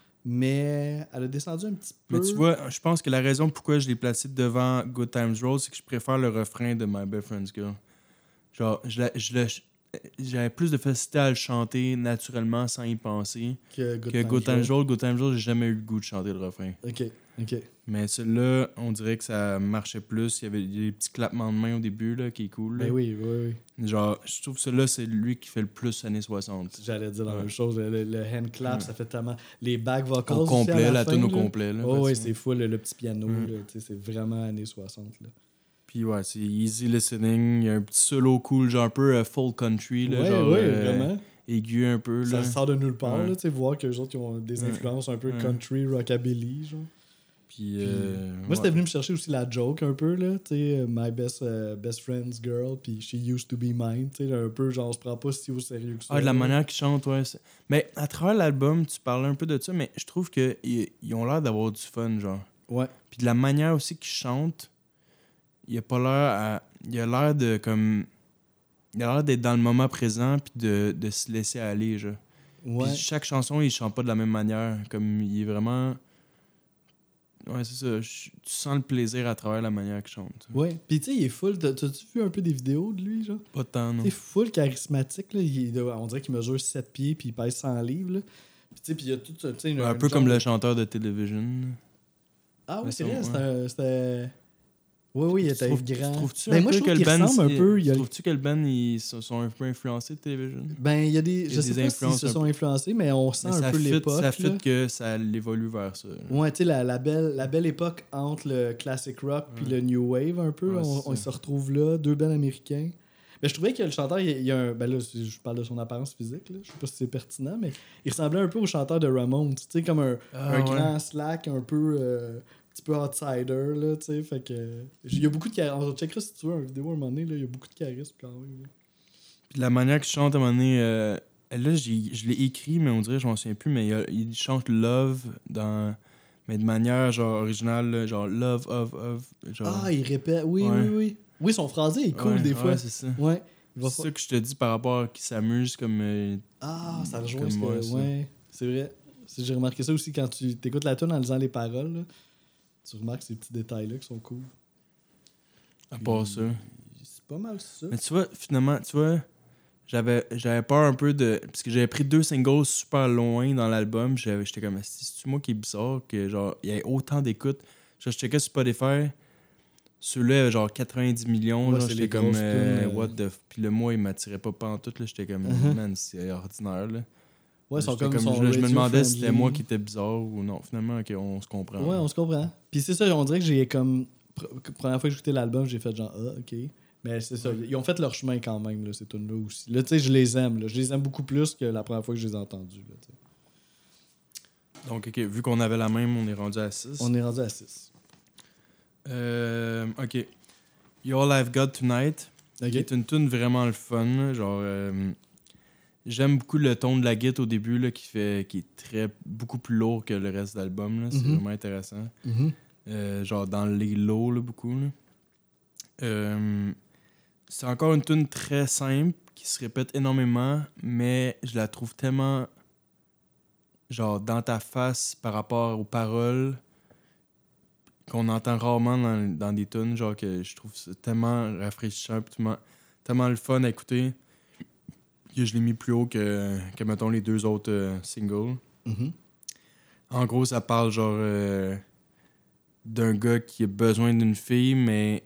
Mais elle a descendu un petit peu. Mais tu vois, je pense que la raison pourquoi je l'ai placé devant Good Times Roll, c'est que je préfère le refrain de My Best Friend's Girl. Genre, je la- je le- j'avais plus de facilité à le chanter naturellement sans y penser que Good que Times Good Times Roll. Roll. Good Times Roll, j'ai jamais eu le goût de chanter le refrain. OK, OK. Mais celui-là, on dirait que ça marchait plus. Il y avait des petits clappements de main au début, là, qui est cool. Là. Ben oui, oui, oui. Genre, je trouve que celui-là, c'est lui qui fait le plus années soixante. J'allais dire la Ouais. même chose. Le, le- le hand clap, Ouais. ça fait tellement... Les back vocals Au aussi à complet, la, la fin, tune au là. complet. Là, Oh oui, facilement. c'est fou, le, le petit piano. Mm. là, tu sais, c'est vraiment années soixante. Là. Puis ouais, c'est easy listening. Il y a un petit solo cool, genre un peu euh, folk country. Là, Ouais, genre, ouais, euh, vraiment. aigu un peu. Ça Là. sort de nulle part, Ouais. là, tu sais, voir qu'eux autres ils ont des Ouais. influences un peu Ouais. country, rockabilly, genre. Puis, Puis, euh, moi, ouais. c'était venu me chercher aussi la joke un peu, là, tu sais, euh, my best, euh, best friend's girl, puis she used to be mine, tu sais, un peu, genre, on se prend pas si au sérieux que ça. Ah, de la là. manière qu'ils chantent, ouais. c'est- Mais à travers l'album, tu parlais un peu de ça, mais je trouve qu'ils ils ont l'air d'avoir du fun, genre. Ouais. Puis de la manière aussi qu'ils chantent, il a pas l'air à... Il a l'air de, comme... Il a l'air d'être dans le moment présent, puis de, de se laisser aller, genre. Ouais. Puis chaque chanson, il chante pas de la même manière. Comme, il est vraiment... Ouais, c'est ça. je- Tu sens le plaisir à travers la manière qu'il chante. Ouais. Puis, tu sais, il est full. t'as- T'as-tu vu un peu des vidéos de lui, genre? Pas tant, non. Tu sais, full charismatique, là. Il est- on dirait qu'il mesure sept pieds, puis il pèse cent livres, là. Puis, tu sais, puis il y a tout, tu sais, une- Ouais, un une peu genre comme de- le chanteur de Television. Ah oui, Mais c'est ça, vrai, ouais. c'était un- c'était. Oui, oui, il Tu était trouves- grand. tu Trouves-tu Ben, un moi, peu je que trouve le qu'il band, ressemble un c'est- peu. il y a- Trouves-tu que le band, ils sont sont un peu influencés de Television? Ben, il y a des. Il y Je a sais des pas s'ils influences se un sont peu. influencés, mais on sent Mais un ça peu fit, l'époque. ça là. fit que ça évolue vers ça. là. Ouais, tu sais, la, la, belle, la belle époque entre le classic rock puis Ouais. le new wave, un peu. Ouais, on c'est on ça. se retrouve là, deux bands américains. Mais je trouvais que le chanteur, il y a, il y a un. Ben là, c'est- je parle de son apparence physique, là. Je sais pas si c'est pertinent, mais il ressemblait un peu au chanteur de Ramones. Tu sais, comme un, Ah, un ouais. grand slack, un peu. euh, un petit peu outsider, là, tu sais. Fait que. Il y a beaucoup de charisme. On checkera si tu veux une vidéo à un moment donné, là. Il y a beaucoup de charisme quand même. là. Puis la manière qu'il chante à un moment donné, euh, là, j'ai- je l'ai écrit, mais on dirait, je m'en souviens plus, mais il, a- il chante Love dans. Mais de manière genre originale, là, genre Love of of. Genre... Ah, il répète. Oui, Ouais. oui, oui. Oui, son phrasé est cool Ouais, des ouais, fois. c'est ça. Ouais. Il va C'est fa- ça que je te dis par rapport à qui s'amuse comme. euh, Ah, ça rejoint comme ce moi, que. ça. Ouais, c'est vrai. C'est- J'ai remarqué ça aussi quand tu écoutes la tune en lisant les paroles. là. Tu remarques ces petits détails-là qui sont cool. À part ça. C'est pas mal ça. Mais tu vois, finalement, tu vois, j'avais, j'avais peur un peu de. Parce que j'avais pris deux singles super loin dans l'album. J'avais, j'étais comme, c'est moi qui est bizarre que genre, il y ait autant d'écoutes. Genre, je checkais sur Spotify. Celui-là avait genre quatre-vingt-dix millions. Ouais, genre, c'est j'étais les comme, grosses euh, tunes, euh. what the. F- Puis le mois, il m'attirait pas pantoute. Là, j'étais comme, Uh-huh. man, c'est ordinaire. Là. Ouais, ils sont J'étais comme, sont je, je me demandais si radio-friendly. c'était moi qui était bizarre ou non. Finalement, ok, on se comprend. Ouais, on se comprend. Puis c'est ça, on dirait que j'ai comme. pr- Première fois que j'ai écouté l'album, j'ai fait genre, ah, ok. Mais c'est ça, ils ont fait leur chemin quand même, là, ces tunes-là aussi. Là, tu sais, je les aime. Là. Je les aime beaucoup plus que la première fois que je les ai entendus. Là, tu sais. Donc, ok, vu qu'on avait la même, on est rendu à six. On est rendu à six. Euh, ok. You All I've Got Tonight. Ok. Qui est une tune vraiment le fun. là, Genre, euh, j'aime beaucoup le ton de la guitare au début là, qui fait, qui est très beaucoup plus lourd que le reste de l'album. là. C'est Mhm. vraiment intéressant. Mhm. Euh, genre dans les low là, beaucoup. là. Euh, c'est encore une tune très simple qui se répète énormément, mais je la trouve tellement genre dans ta face par rapport aux paroles qu'on entend rarement dans, dans des tunes, genre que je trouve ça tellement rafraîchissant, puis tellement, tellement le fun à écouter que je l'ai mis plus haut que, que mettons, les deux autres euh, singles. Mhm. En gros, ça parle genre euh, d'un gars qui a besoin d'une fille, mais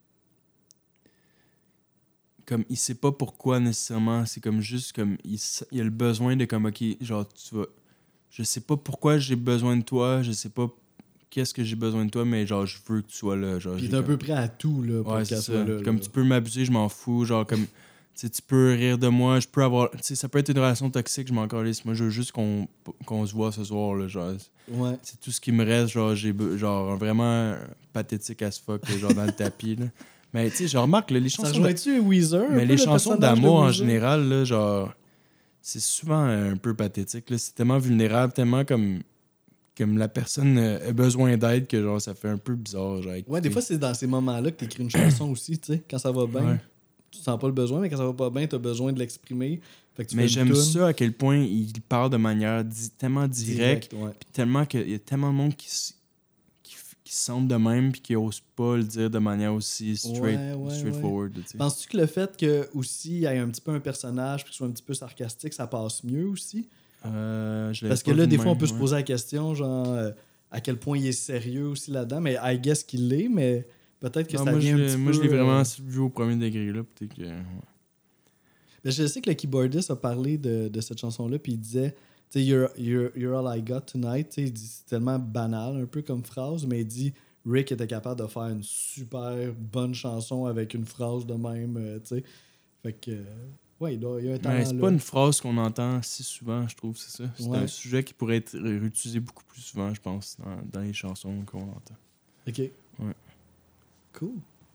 comme il sait pas pourquoi nécessairement, c'est comme juste comme il, s- il a le besoin de comme ok, genre tu vas, je sais pas pourquoi j'ai besoin de toi, je sais pas qu'est-ce que j'ai besoin de toi, mais genre je veux que tu sois là, genre Puis j'ai t'es un comme- peu prêt à tout là, pour ouais, qu'elle c'est soit ça. là. Comme là. tu peux m'abuser, je m'en fous, genre comme tu sais, tu peux rire de moi, je peux avoir... Tu sais, ça peut être une relation toxique, je m'en calisse. Moi, je veux juste qu'on, qu'on se voit ce soir, là, genre. Ouais. C'est tout ce qui me reste, genre, j'ai be- genre vraiment pathétique as fuck, là, genre dans le tapis, là. Mais tu sais, je remarque, là, les Ça chansons... rejoint-tu Weezer? Mais un les peu, le chansons personnage de d'amour en Weezer? général, là, genre, c'est souvent un peu pathétique. Là. C'est tellement vulnérable, tellement comme, comme la personne euh, a besoin d'aide que genre ça fait un peu bizarre. Genre, à Ouais, des écouter. fois, c'est dans ces moments-là que t'écris une chanson aussi, tu sais. Quand ça va bien, Ouais. tu sens pas le besoin, mais quand ça va pas bien, t'as besoin de l'exprimer. Fait que tu Mais fais j'aime une toune ça à quel point il parle de manière di- tellement directe, direct, ouais. puis tellement qu'il y a tellement de monde qui, s- qui, f- qui se sentent de même puis qui osent pas le dire de manière aussi straight, Ouais, ouais, straightforward. tu sais. Penses-tu que le fait que aussi il y ait un petit peu un personnage puis qu'il soit un petit peu sarcastique, ça passe mieux aussi? Euh, je l'avais Parce que pas là, vu des de fois, on même, peut se ouais. poser la question, genre, euh, à quel point il est sérieux aussi là-dedans, mais I guess qu'il l'est, mais peut-être que Non, ça moi, vient je un l'ai, petit moi, peu... je l'ai euh, vraiment vu au premier degré. Là, peut-être que, ouais. Ben, je sais que le keyboardiste a parlé de, de cette chanson-là, puis il disait, tu sais, you're, you're, you're all I got tonight. Tu sais, il dit, c'est tellement banal, un peu comme phrase, mais il dit, Rick était capable de faire une super bonne chanson avec une phrase de même, euh, tu sais. Fait que, euh, ouais, il, doit, il y a un Mais talent c'est là. pas une phrase qu'on entend si souvent, je trouve, c'est ça. C'est Ouais. un sujet qui pourrait être réutilisé beaucoup plus souvent, je pense, dans, dans les chansons qu'on entend. OK. Ouais. Cool.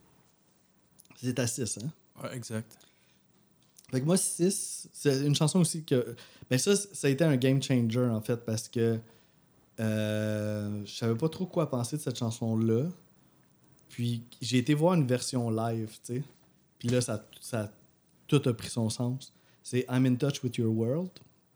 C'est à six, hein? Ouais, exact. Fait que moi, six, c'est une chanson aussi que... Ben ça, ça a été un game changer, en fait, parce que euh, je savais pas trop quoi penser de cette chanson-là. Puis j'ai été voir une version live, tu sais. Puis là, ça, ça tout a pris son sens. C'est I'm in touch with your world.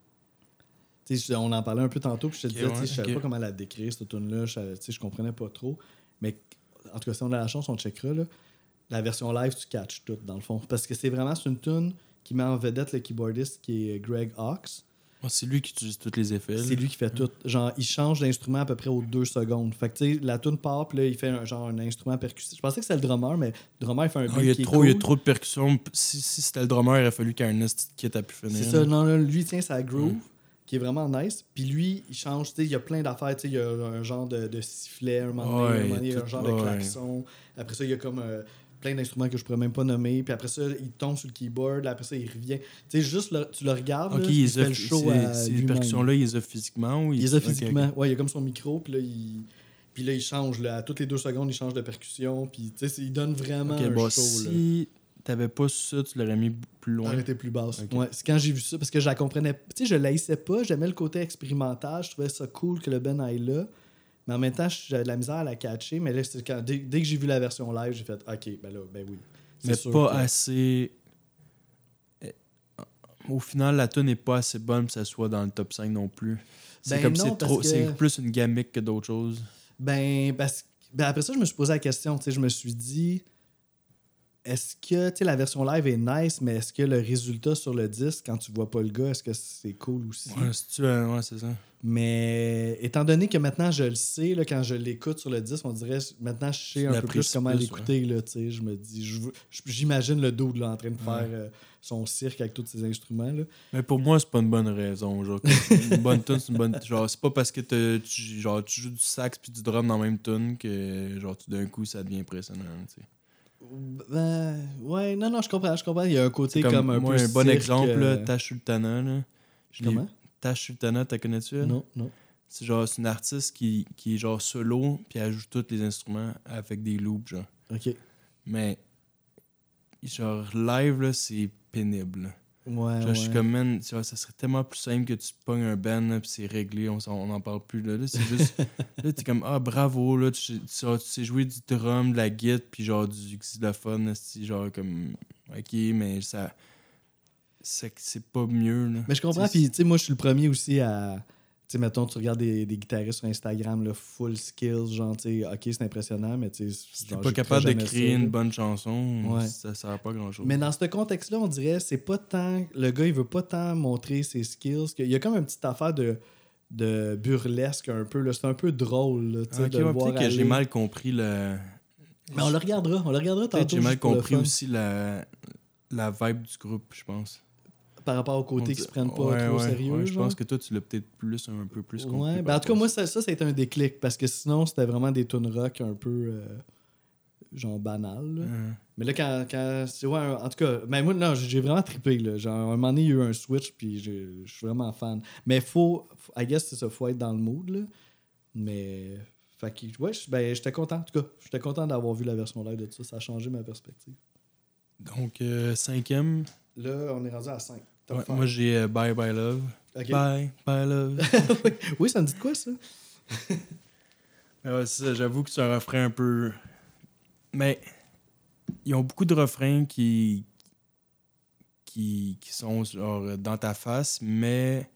Tu sais, on en parlait un peu tantôt, puis je te Ok, disais, tu sais, ouais, je savais ok. pas comment la décrire, cette tune-là. Je, savais- tu sais, je comprenais pas trop. Mais en tout cas, si on a la chance, on checkera, là. La version live, tu catches tout, dans le fond. Parce que c'est vraiment c'est une tune qui met en vedette le keyboardiste qui est Greg Hawkes. Ouais, c'est lui qui utilise tous les effets. C'est là. lui qui fait tout. Genre, il change d'instrument à peu près aux deux secondes. Fait que, tu sais, la tune part, puis là, il fait un, genre un instrument percussif. Je pensais que c'était le drummer, mais le drummer, il fait un beat Ah, il, y a qui trop, est il y cool. a trop de percussions. Si, si c'était le drummer, il aurait fallu qu'il y ait un esti de kit à pu finir. C'est là. ça. Non, là, lui, il tient sa groove, Ouais. qui est vraiment nice. Puis lui, il change. Tu sais, il y a plein d'affaires. Tu sais, il y a un genre de, de sifflet, un moment donné, Ouais, un, moment donné, il y a un tout- genre de ouais. klaxon. Après ça, il y a comme euh, plein d'instruments que je pourrais même pas nommer. Puis après ça, il tombe sur le keyboard. Après ça, il revient. Tu sais, juste, là, tu le regardes, Ok, là, il il les fait a- le show ces, à ces lui-même. percussions-là, il les a physiquement ou Il les a ok, ok. physiquement. Ouais, il y a comme son micro, puis là, il... Puis là, il change. Là, à toutes les deux secondes, il change de percussion. Puis, tu sais, c'est- il donne vraiment Ok, un bon, show, là. si t'avais pas ça, tu l'aurais mis plus loin. Elle était plus basse. Ok. Ouais, c'est quand j'ai vu ça, parce que je la comprenais. Tu sais, je l'haïssais pas, j'aimais le côté expérimental, je trouvais ça cool que le Ben aille là. Mais en même temps, j'avais de la misère à la catcher. Mais là, c'est quand, dès, dès que j'ai vu la version live, j'ai fait OK, ben là, ben oui. C'est Mais sûr pas que- assez. Eh, Au final, la tune n'est pas assez bonne pour que ça soit dans le top cinq non plus. C'est Ben comme non, c'est parce trop. que- C'est plus une gimmick que d'autres choses. Ben, parce ben après ça, je me suis posé la question. Tu sais, je me suis dit, est-ce que, tu sais, la version live est nice, mais est-ce que le résultat sur le disque, quand tu vois pas le gars, est-ce que c'est cool aussi? Ouais, c'est-tu, euh, ouais, c'est ça. Mais étant donné que maintenant je le sais, là, quand je l'écoute sur le disque, on dirait maintenant je sais Tu un peu plus l'apprécies comment plus, l'écouter. Là, tu sais, je me dis, je veux- j'imagine le dude là, en train de faire Ouais. euh, son cirque avec tous ses instruments. Là. Mais pour moi, c'est pas une bonne raison. Genre, une bonne tune, c'est une bonne. Genre, c'est pas parce que t'as- tu, genre, tu joues du sax puis du drum dans la même tune que genre tout d'un coup ça devient impressionnant. Tu sais. Ben, ouais, non, non, je comprends, je comprends. Il y a un côté C'est comme, comme, un moi, peu un bon cirque, exemple, euh, là, Tash Sultana. Là. Je l'ai- Comment? Tash Sultana, t'as connais-tu? elle? Non, non. C'est genre c'est une artiste qui, qui est genre solo puis elle joue tous les instruments avec des loops genre. OK. Mais genre live là, c'est pénible. là. Ouais, Genre, je suis ouais. comme man, genre, ça serait tellement plus simple que tu pognes un band là, puis c'est réglé, on s'en- on n'en parle plus là. Là c'est juste là t'es comme ah bravo là, tu, sais- tu, genre, tu sais jouer du drum, de la guitare puis genre du xylophone, c'est genre comme OK, mais ça c'est c'est pas mieux là. Mais je comprends, T'sais, puis tu sais, moi, je suis le premier aussi à. Tu sais, mettons, tu regardes des, des guitaristes sur Instagram, là, full skills, genre, tu sais, ok, c'est impressionnant, mais tu sais. si t'es genre, pas j'écouterais capable de jamais créer ça, une là. bonne chanson, Ouais. ça sert à pas grand chose. Mais dans ce contexte-là, on dirait, c'est pas tant. Le gars, il veut pas tant montrer ses skills. qu'il y a comme une petite affaire de, de burlesque un peu, là. C'est un peu drôle, là, tu sais, Ok, de le ouais, voir peut-être que aller. j'ai mal compris le. Mais on le regardera, on le regardera Peut-être tantôt. que j'ai mal juste pour le compris fun, aussi la, la vibe du groupe, je pense. Par rapport au côté On qui se dit- prennent pas ouais, trop au ouais, sérieux. ouais, je genre. pense que toi, tu l'as peut-être plus, un peu plus compris. Ouais, par ben en tout cas, rapport à moi, ça, ça, ça a été un déclic parce que sinon, c'était vraiment des tunes rock un peu. euh, genre banal. Là. Euh, Mais là, quand. quand c'est, ouais, en tout cas, mais moi, non, j'ai vraiment trippé. Là. Genre, à un moment donné, il y a eu un switch, puis j'ai- je suis vraiment fan. Mais faut. faut- I guess c'est ça, faut être dans le mood. Là. Mais. Fait que, ouais, je- ben, j'étais content. En tout cas, j'étais content d'avoir vu la version live de ça. Ça a changé ma perspective. donc, euh, cinquième. Là, on est rendu à cinq. Ouais, moi, j'ai euh, Bye Bye Love. Ok. Bye Bye Love. Oui, ça me dit de quoi, ça? Mais ouais, c'est ça, j'avoue que c'est un refrain un peu. Mais ils ont beaucoup de refrains qui. qui, qui sont genre dans ta face, mais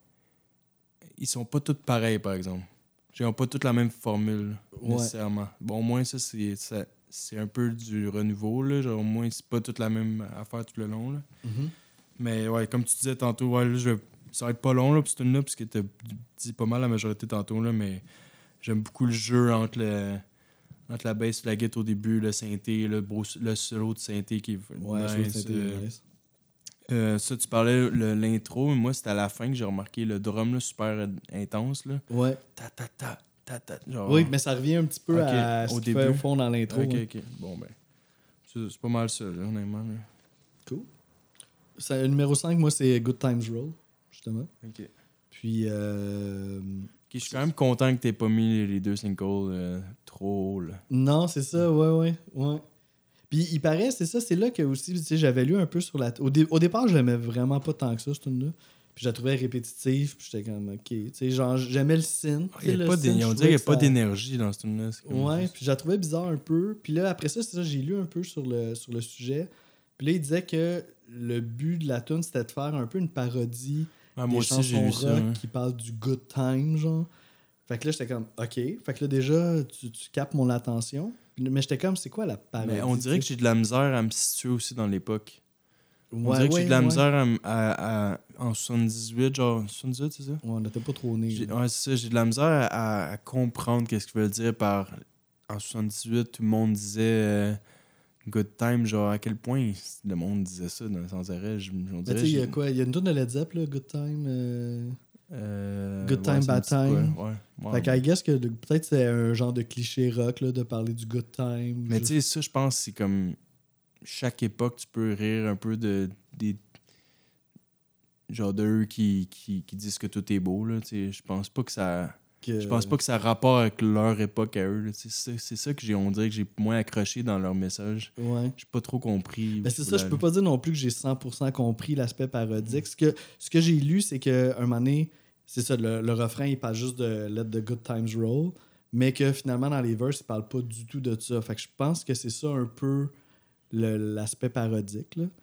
ils sont pas tous pareils, par exemple. Ils n'ont pas toutes la même formule, Ouais. nécessairement. Bon, au moins, ça, c'est, ça, c'est un peu du renouveau, là. Genre, au moins, c'est pas toute la même affaire tout le long, là. Mhm. Mais ouais, comme tu disais tantôt, ouais, là, je, ça va être pas long, là, pour cette tune-là, parce que t'as dit pas mal la majorité tantôt, là, mais j'aime beaucoup le jeu entre le... Entre la bass et la guitare au début, le synthé, le, beau, le solo de synthé qui est Ouais, je nice. trouve que c'était euh, nice. Euh, ça, tu parlais de l'intro. Moi, c'était à la fin que j'ai remarqué le drum là, super euh, intense. Là. Ouais. Ta, ta, ta, ta, ta, genre... Oui, mais ça revient un petit peu Ok, à ce au qu'il fait début. au fond dans l'intro. Ok, hein. ok. Bon, ben. C'est, c'est pas mal ça, là, honnêtement. Là. Cool. Ça, le numéro cinq, moi, c'est Good Times Roll, justement. Ok. Puis, euh... Ok, je suis quand même content que t'aies pas mis les deux singles euh, trop haut. Là. non, c'est ça, ouais, ouais, ouais. Puis, il paraît, c'est ça, c'est là que aussi, tu sais, j'avais lu un peu sur la... Au, dé- au départ, je l'aimais vraiment pas tant que ça, cette tune-là. Puis, je la trouvais répétitive, puis j'étais comme, OK. Tu sais, genre, j'aimais le synth. Ah, Tu y sais, a le pas synth, d'é- je on trouvais dirait qu'il n'y a que pas ça- d'énergie dans ce tune-là. C'est comme Ouais, juste- puis je la trouvais bizarre un peu. Puis là, après ça, c'est ça, j'ai lu un peu sur le, sur le sujet. Puis là, il disait que le but de la tune, c'était de faire un peu une parodie Ah, des moi aussi, j'ai chansons vu rock ça. hein. qui parlent du good time, genre. Fait que là, j'étais comme, OK. Fait que là, déjà, tu, tu captes mon attention. Puis- Mais j'étais comme, c'est quoi la parodie? Mais on dirait que tu sais? j'ai de la misère à me situer aussi dans l'époque. On Ouais, dirait que j'ai ouais, de la ouais. misère à, m- à- à- en soixante-dix-huit, genre soixante-dix-huit, c'est ça? Ouais, on n'était pas trop nés. J'ai, là. ouais, c'est ça, j'ai de la misère à, à comprendre qu'est-ce qu'il veut dire par... En soixante-dix-huit, tout le monde disait euh, good time, genre à quel point le monde disait ça dans, sans arrêt. Je, on Mais dirait tu sais, il y a j'ai- quoi? Il y a une tune de Led Zepp, là, Good Time. euh, euh, Good ouais, time, ça me bad dit de quoi, time. ouais. Ouais, Fait que, mais I guess que de- peut-être c'est un genre de cliché rock, là, de parler du good time. mais tu juste- sais, ça, je pense que c'est comme... Chaque époque, tu peux rire un peu de... des genre d'eux qui, qui, qui disent que tout est beau, là, tu sais. Je pense pas que ça... que- Je pense pas que ça a rapport avec leur époque à eux. là. C'est ça, c'est ça que j'ai, on dirait que j'ai moins accroché dans leur message. Ouais. J'ai pas trop compris. Ben, c'est ça, je peux pas dire non plus que j'ai cent pour cent compris l'aspect parodique. Ce que, ce que j'ai lu, c'est qu'à un moment donné, c'est ça, le, le refrain, il parle juste de Let the good times roll, mais que finalement, dans les verses, il parle pas du tout de ça. Fait que je pense que c'est ça un peu le- l'aspect parodique, là.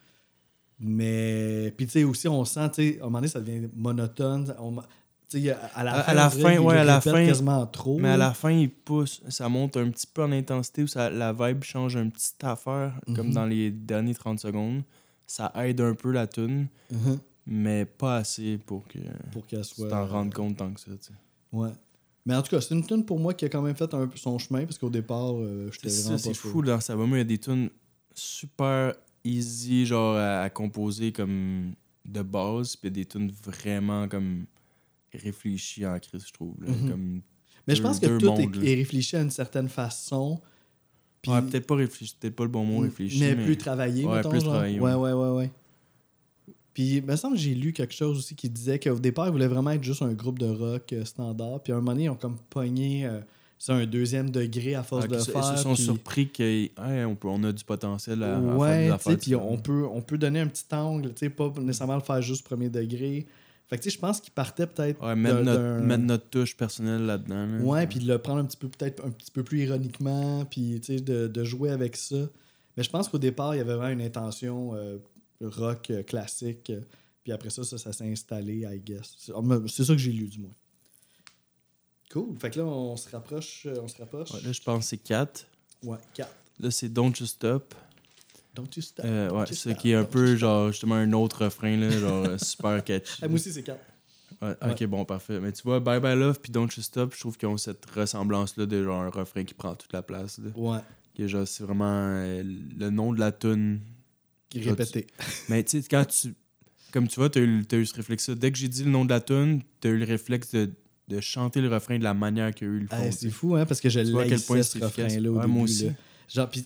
Mais, puis tu sais, aussi, on sent, tu sais, à un moment donné, ça devient monotone. On- Tu sais, à la À- fin, à la on dirait fin, qu'il ouais, le à la répète fin- quasiment trop. Mais à là. la fin, il pousse, ça monte un petit peu en intensité, où ça, la vibe change un petit affaire, comme Mhm. dans les derniers trente secondes. Ça aide un peu la tune, Mhm. mais pas assez pour que Pour qu'elle tu soit. t'en rendes compte tant que ça. tu sais. Ouais. Mais en tout cas, c'est une tune pour moi qui a quand même fait un peu son chemin, parce qu'au départ, euh, j'étais C'est vraiment ça, pas c'est sûr. fou dans cet album. Il y a des tunes super easy, genre à, à composer comme de base, puis il y a des tunes vraiment comme réfléchies en crise, je trouve. là, Mhm. comme Mais je deux- pense que deux tout mondes, est, là. est réfléchi à une certaine façon. Puis, Ouais, peut-être pas réfléchi, peut-être pas le bon mot réfléchi, mais, mais, plus travaillé, ouais, mettons. plus genre. travaillé, Ouais, ouais. ouais, ouais, ouais. Puis, il me semble que j'ai lu quelque chose aussi qui disait qu'au départ, ils voulaient vraiment être juste un groupe de rock euh, standard. Puis, à un moment donné, ils ont comme pogné euh, c'est un deuxième degré à force Ah, de qu'ils se- faire. ils se sont puis- surpris qu'on peut, on a du potentiel à, à faire des Ouais, tu sais, affaires. puis on différentes. peut, on peut donner un petit angle, tu sais, pas nécessairement le faire juste premier degré. Fait que, tu sais, je pense qu'ils partaient peut-être Ouais, mettre, d'un- notre, d'un- mettre notre touche personnelle là-dedans. là. Ouais, puis de le prendre un petit peu, peut-être un petit peu plus ironiquement, puis tu sais, de, de jouer avec ça. Mais je pense qu'au départ, il y avait vraiment une intention euh, rock euh, classique. euh, Puis après ça, ça, ça s'est installé, I guess. C'est c'est ça que j'ai lu, du moins. Cool. Fait que là, on se rapproche. euh, On se rapproche. Ouais, là, je pense que c'est quatre. Ouais, quatre. Là, c'est Don't You Stop. Don't you stop. Euh, don't ouais, you ce stop, qui est un don't peu, you stop. genre, justement, un autre refrain, là, genre, euh, super catchy. Ah, moi aussi, c'est quatre. Ouais, ok, bon, parfait. Mais tu vois, Bye Bye Love puis Don't You Stop, je trouve qu'ils ont cette ressemblance-là de genre un refrain qui prend toute la place. Là. Ouais. Que genre, c'est vraiment euh, le nom de la tune. Qui Genre, répété. Mais tu sais, quand tu. Comme tu vois, t'as eu, t'as eu ce réflexe-là. Dès que j'ai dit le nom de la tune, t'as eu le réflexe de, de chanter le refrain de la manière qu'eux ils le font. Hey, tu c'est sais. fou, hein, parce que je Tu vois à quel point laissais ce c'est efficace. refrain-là au Ouais, début. moi aussi. là. Genre, puis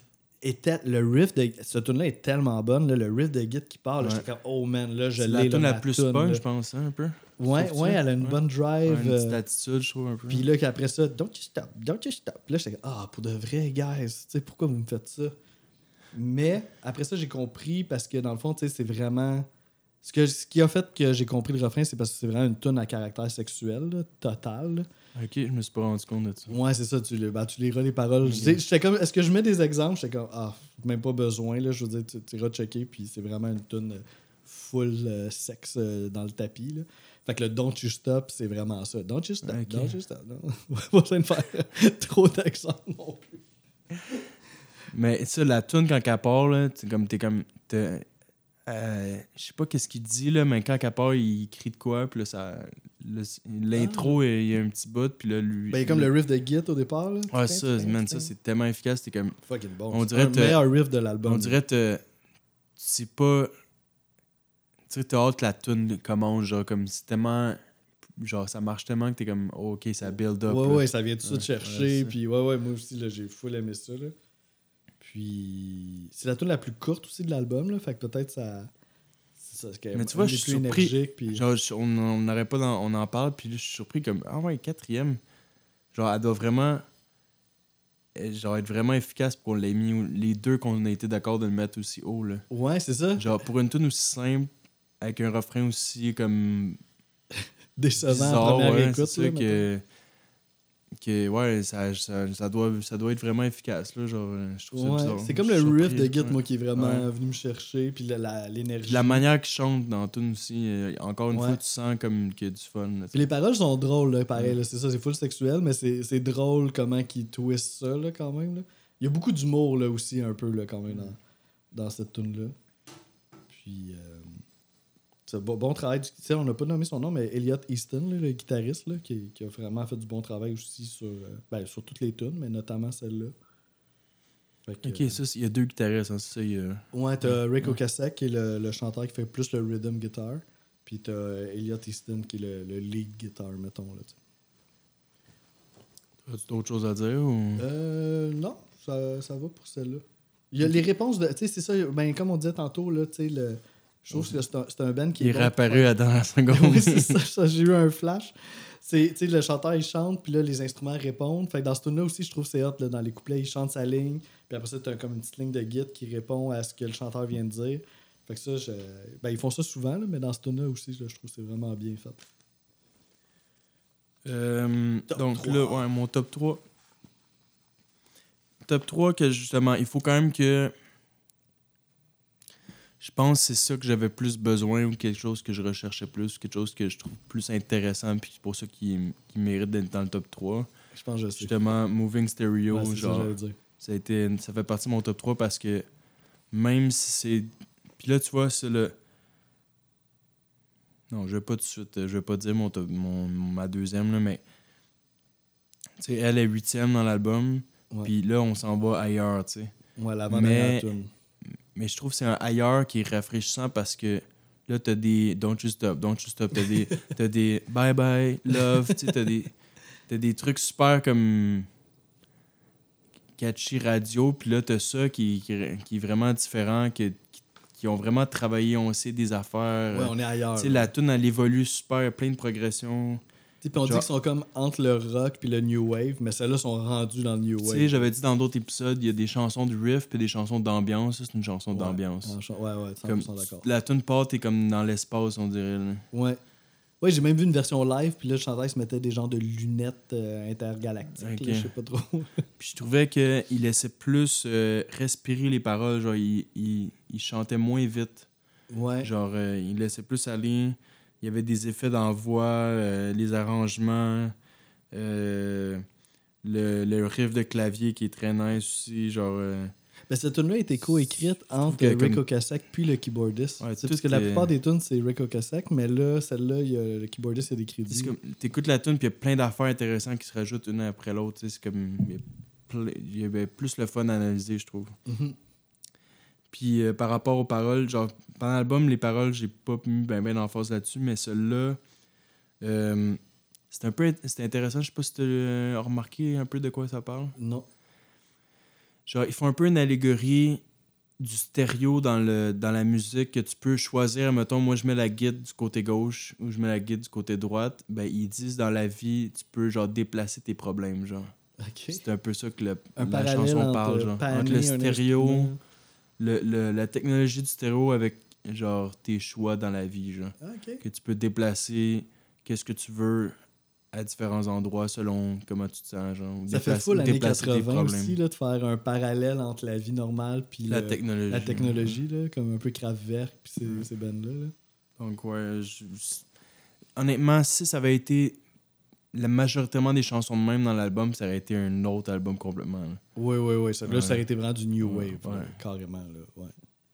était, le riff de... Ce tune-là est tellement bonne, là, le riff de Git qui part, là, Ouais. j'étais comme, oh man, là, je C'est l'ai. la là, tune la ma plus toune, punk, là. je pense, hein, un peu. Ouais, Trouves-tu? ouais, elle a une Ouais. bonne drive. Ouais, une petite euh, attitude, je trouve, un peu. Puis là, qu'après ça, don't you stop, don't you stop. Puis là, j'étais comme, ah, pour de vrai, guys, tu sais, pourquoi vous me faites ça? Mais après ça, j'ai compris parce que dans le fond, tu sais, c'est vraiment. Ce, que, ce qui a fait que j'ai compris le refrain, c'est parce que c'est vraiment une toune à caractère sexuel, là, total. là. Ok, je me suis pas rendu compte de ça. Ouais, c'est ça, tu, le- ben, tu liras les paroles. Ok. Je sais- J'étais comme, est-ce que je mets des exemples? J'étais comme, ah, même pas besoin, là, je veux dire, tu, tu iras checker, puis c'est vraiment une toune euh, full euh, sexe euh, dans le tapis, là. Fait que le Don't You Stop, c'est vraiment ça. Don't You Stop, Ok. Don't You Stop. Non. Pas besoin de faire trop d'exemples non plus. Mais ça, la tune quand elle part, là, t'es comme. T'es comme t'es- euh, je sais pas qu'est-ce qu'il dit, là, mais quand elle part, il crie de quoi, puis là, ça. là, c'est- l'intro, Ah. il y a un petit bout, puis là, lui. Ben, il y a comme lui- le riff de Git au départ, là. Ouais, ça, man, ça, c'est tellement efficace. T'es comme. Fucking bon. On C'est dirait un te- meilleur riff de l'album. On dirait que c'est pas. Tu sais, t'as hâte que la tune commence, genre, comme c'est tellement. Genre, ça marche tellement que t'es comme, oh, ok, ça build up. Ouais, là. ouais, ça vient tout de suite Ouais, chercher. ouais, Puis, ouais, ouais, moi aussi, là, j'ai full aimé ça, là. Puis, c'est la tune la plus courte aussi de l'album, là. Fait que peut-être ça. C'est ça, c'est quand même Mais tu vois, une je des suis plus surpris. énergiques, Puis... Genre, je- on on n'arrête pas, d'en- on en parle, puis là, je suis surpris comme, ah ouais, quatrième. Genre, elle doit vraiment. euh, Genre, être vraiment efficace pour qu'on l'ait mis. où- Les deux qu'on a été d'accord de le mettre aussi haut, là. Ouais, c'est ça. Genre, pour une tune aussi simple, avec un refrain aussi comme. Décevant en bizarre, première ouais, écoute. c'est là, ça que. Que, ouais, ça, ça, ça doit, ça doit être vraiment efficace, là. Genre, euh, je trouve ça Ouais, bizarre. c'est comme Je le suis riff surpris, de Git, ouais. moi, qui est vraiment Ouais. venu me chercher. Puis la- la- l'énergie. Puis la manière qu'il chante dans la tune aussi, euh, encore une Ouais. fois, tu sens comme qu'il y a du fun. Là, Puis les paroles sont drôles, là, pareil. Ouais. là, c'est ça, c'est full sexuel, mais c'est c'est drôle comment ils twistent ça, là, quand même. Là. Il y a beaucoup d'humour, là, aussi, un peu, là, quand même, dans, dans cette tune-là. Puis, euh, c'est bon, bon travail. Du, tu sais, on n'a pas nommé son nom, mais Elliot Easton, là, le guitariste, là, qui, qui a vraiment fait du bon travail aussi sur, euh, ben, sur toutes les tunes, mais notamment celle-là. Fait que, Ok, ça, c'est- il y a deux guitaristes, hein, c'est ça. Il y a... Ouais, t'as Rick Ouais. Ocasek, qui est le, le chanteur qui fait plus le rhythm guitar. Puis t'as Elliot Easton, qui est le, le lead guitar, mettons. Là, tu sais. As-tu d'autres choses à dire ou... Euh, non, ça, ça va pour celle-là. Il y a les réponses de. Tu sais, c'est ça. Ben, comme on disait tantôt, là, tu sais, le. Je trouve que c'est un, c'est un band qui Il est est. bon pour réapparu faire- à dans la seconde. Oui, c'est ça, ça, j'ai eu un flash. C'est, tu sais, le chanteur, il chante, puis là, les instruments répondent. Fait que dans ce tune-là aussi, je trouve que c'est hot. Là, dans les couplets, il chante sa ligne, puis après ça, t'as comme une petite ligne de Git qui répond à ce que le chanteur vient de dire. Fait que ça, je... ben, ils font ça souvent, là, mais dans ce tune-là aussi, là, je trouve que c'est vraiment bien fait. Euh, Top donc trois. là, ouais, mon top trois. Top trois que justement, il faut quand même que. Je pense que c'est ça que j'avais plus besoin ou quelque chose que je recherchais plus, quelque chose que je trouve plus intéressant, puis c'est pour ça qu'il qu'il mérite d'être dans le top trois. Je pense que je sais. Justement, Moving Stereo, Ouais, c'est ça que genre, j'allais dire. ça, a été, ça fait partie de mon top trois parce que même si c'est. Puis là, tu vois, c'est le. Non, je vais pas tout de suite, je vais pas dire mon, top- mon, ma deuxième, là, mais. Tu sais, elle est huitième dans l'album, Ouais. puis là, on s'en va ailleurs, tu sais. Ouais, l'avant-dernière Mais- tune. Mais je trouve que c'est un ailleurs qui est rafraîchissant parce que là, t'as des Don't You Stop, Don't You Stop, t'as des, t'as des Bye Bye, Love, tu sais, t'as des, t'as des trucs super comme catchy radio, puis là, t'as ça qui, qui, qui est vraiment différent, qui, qui, qui ont vraiment travaillé, on sait, des affaires. Ouais, on est ailleurs. Tu sais, là. la tune, elle évolue super, plein de progressions. Puis on dit genre- qu'ils sont comme entre le rock puis le new wave, mais celles-là sont rendues dans le new Tu wave. sais, j'avais dit dans d'autres épisodes, il y a des chansons de riff puis des chansons d'ambiance. Ça, c'est une chanson Ouais. d'ambiance. En chan- Ouais, ouais, cent pour Comme, cent d'accord. la tune part, t'es comme dans l'espace, on dirait. là. Ouais. Ouais, j'ai même vu une version live, puis là, le chanteur il se mettait des genres de lunettes euh, intergalactiques. Ok. là, je sais pas trop. Puis je trouvais qu'il laissait plus euh, respirer les paroles. Genre, il, il, il chantait moins vite. Ouais. Genre, euh, il laissait plus aller. Il y avait des effets dans la voix, euh, les arrangements, euh, le, le riff de clavier qui est très nice aussi. Genre, euh, Ben, cette tune-là a été coécrite entre que Rick comme- Ocasek puis le keyboardiste. Ouais, Tu sais, tout parce que la est- plupart des tunes, c'est Rick Ocasek, mais là, celle-là, il y a le keyboardiste, il y a des crédits. c'est comme, t'écoutes la tune puis il y a plein d'affaires intéressantes qui se rajoutent une après l'autre. tu sais, C'est comme, il y a ple- il y avait plus le fun à analyser, je trouve. Mhm. Puis euh, par rapport aux paroles, genre, pendant l'album, les paroles, j'ai pas mis ben ben d'emphase là-dessus, mais celle-là, euh, c'est un peu int- c'est intéressant. Je sais pas si tu as remarqué un peu de quoi ça parle. Non. genre, ils font un peu une allégorie du stéréo dans, le, dans la musique que tu peux choisir. Mettons, moi, je mets la guide du côté gauche ou je mets la guide du côté droite. Ben, ils disent dans la vie, tu peux, genre, déplacer tes problèmes, genre. OK. C'est un peu ça que le, Un la parallèle chanson entre parle, genre. panner, Entre le un stéréo, instrument. le, le, la technologie du stéréo avec, genre, tes choix dans la vie, genre. Ah, OK. Que tu peux déplacer qu'est-ce que tu veux à différents endroits selon comment tu te sens, genre. Ça fait Déplacer- fou l'année déplacer tes quatre-vingts problèmes. aussi, là, de faire un parallèle entre la vie normale puis La le- technologie. la technologie, là, comme un peu Kraftwerk puis ces, Mm. ces bands-là. Là. Donc, ouais, je- je- honnêtement, si ça avait été la majoritairement des chansons de même dans l'album, ça aurait été un autre album complètement. Là. Oui, oui, oui. Ça, là, Ouais. ça aurait été vraiment du new Ouais, wave, là, ouais. carrément. Là, ouais.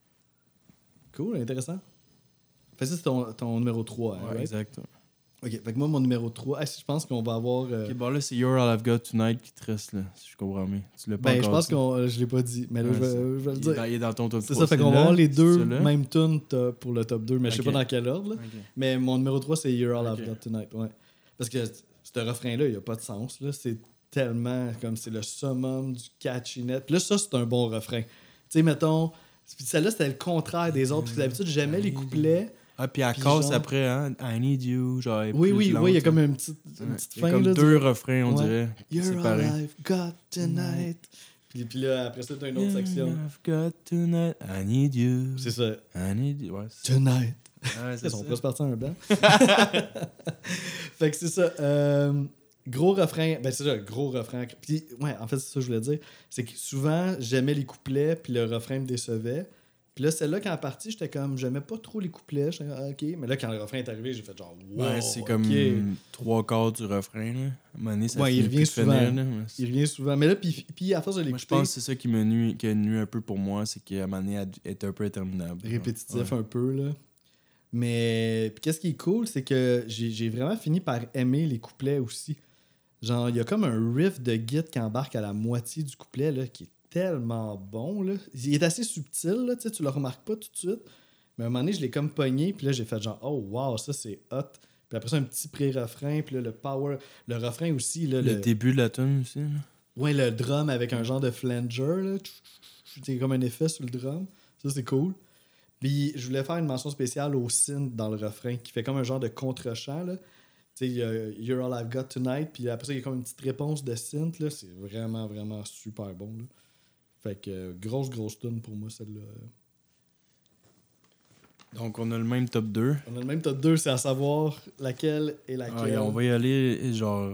Cool, intéressant. Fait que ça, c'est ton, ton numéro trois. Hein, Ouais, right? exact. ouais. OK, fait que moi, mon numéro trois, ah, si, je pense qu'on va avoir... euh, Ok, bon, là, c'est You're All I've Got Tonight qui te reste, là, si je comprends bien. Tu l'as pas ben, je encore pense dit. qu'on... euh, Je l'ai pas dit, mais là, Ouais, je, vais, c'est- je vais le Il est, dire. dans, il est dans ton top C'est trois. ça, fait qu'on va là? avoir les C'est deux celui-là? mêmes tunes top- pour le top deux, mais je sais Ok. pas dans quel ordre. Là. Ok. Mais mon numéro trois, c'est You're All I've Ok. Got Tonight. Ouais. Parce que ce refrain-là, il a pas de sens. Là. C'est tellement comme c'est le summum du catchy net. Puis là, ça, c'est un bon refrain. Tu sais, mettons, puis celle-là, c'était le contraire des autres. Parce que d'habitude, j'aimais les couplets. Ah, puis elle Puis casse genre- après, hein. I need you, genre. elle est Oui, plus oui, lente, oui, il y a hein. comme une petite, une Ouais. petite Il y a fin. comme là, deux du- refrains, on Ouais. dirait. You're all séparés. I've got tonight. Puis, puis là, après ça, t'as une autre Yeah, section. I've got tonight. I need you. C'est ça. I need you. Ouais, c'est Tonight. ouais, c'est Ils sont ça. presque partis en un blanc. Fait que c'est ça. euh, gros refrain. Ben, c'est ça, gros refrain. Puis, ouais, en fait, c'est ça que je voulais dire. C'est que souvent, j'aimais les couplets, puis le refrain me décevait. Puis là, celle-là, quand elle est partie, j'étais comme, j'aimais pas trop les couplets. J'étais comme, ah, OK. Mais là, quand le refrain est arrivé, j'ai fait genre, wow. Ouais, c'est comme OK. trois quarts du refrain. Là. À un moment donné, ça Ouais, il finit revient plus de souvent. finir, là, mais c'est- Il revient souvent. Mais là, puis, puis à force de Moi, je l'écouter, pense que c'est ça qui me nuit, qui a nuit un peu pour moi, c'est qu'à un moment donné, elle est un peu interminable. genre. répétitif Ouais. un peu, là. Mais puis qu'est-ce qui est cool, c'est que j'ai j'ai vraiment fini par aimer les couplets aussi. Genre, il y a comme un riff de git qui embarque à la moitié du couplet, là, qui est tellement bon, là. Il est assez subtil, là, tu sais, tu le remarques pas tout de suite. Mais à un moment donné, je l'ai comme pogné, puis là, j'ai fait genre, oh, wow, ça, c'est hot. Puis après ça, un petit pré-refrain, puis là, le power... Le refrain aussi, là, Le le... début de la tune aussi. Là. Ouais, le drum avec un genre de flanger, là. C'est comme un effet sur le drum. Ça, c'est cool. Puis je voulais faire une mention spéciale au synth dans le refrain, qui fait comme un genre de contre-chant, là. Tu sais, il y a You're All I've Got Tonight, puis après ça, il y a comme une petite réponse de synth, là. C'est vraiment, vraiment super bon, là. Fait que euh, grosse, grosse tune pour moi, celle-là. Donc, on a le même top deux. On a le même top deux, c'est à savoir laquelle et laquelle. Ah, on va y aller, genre...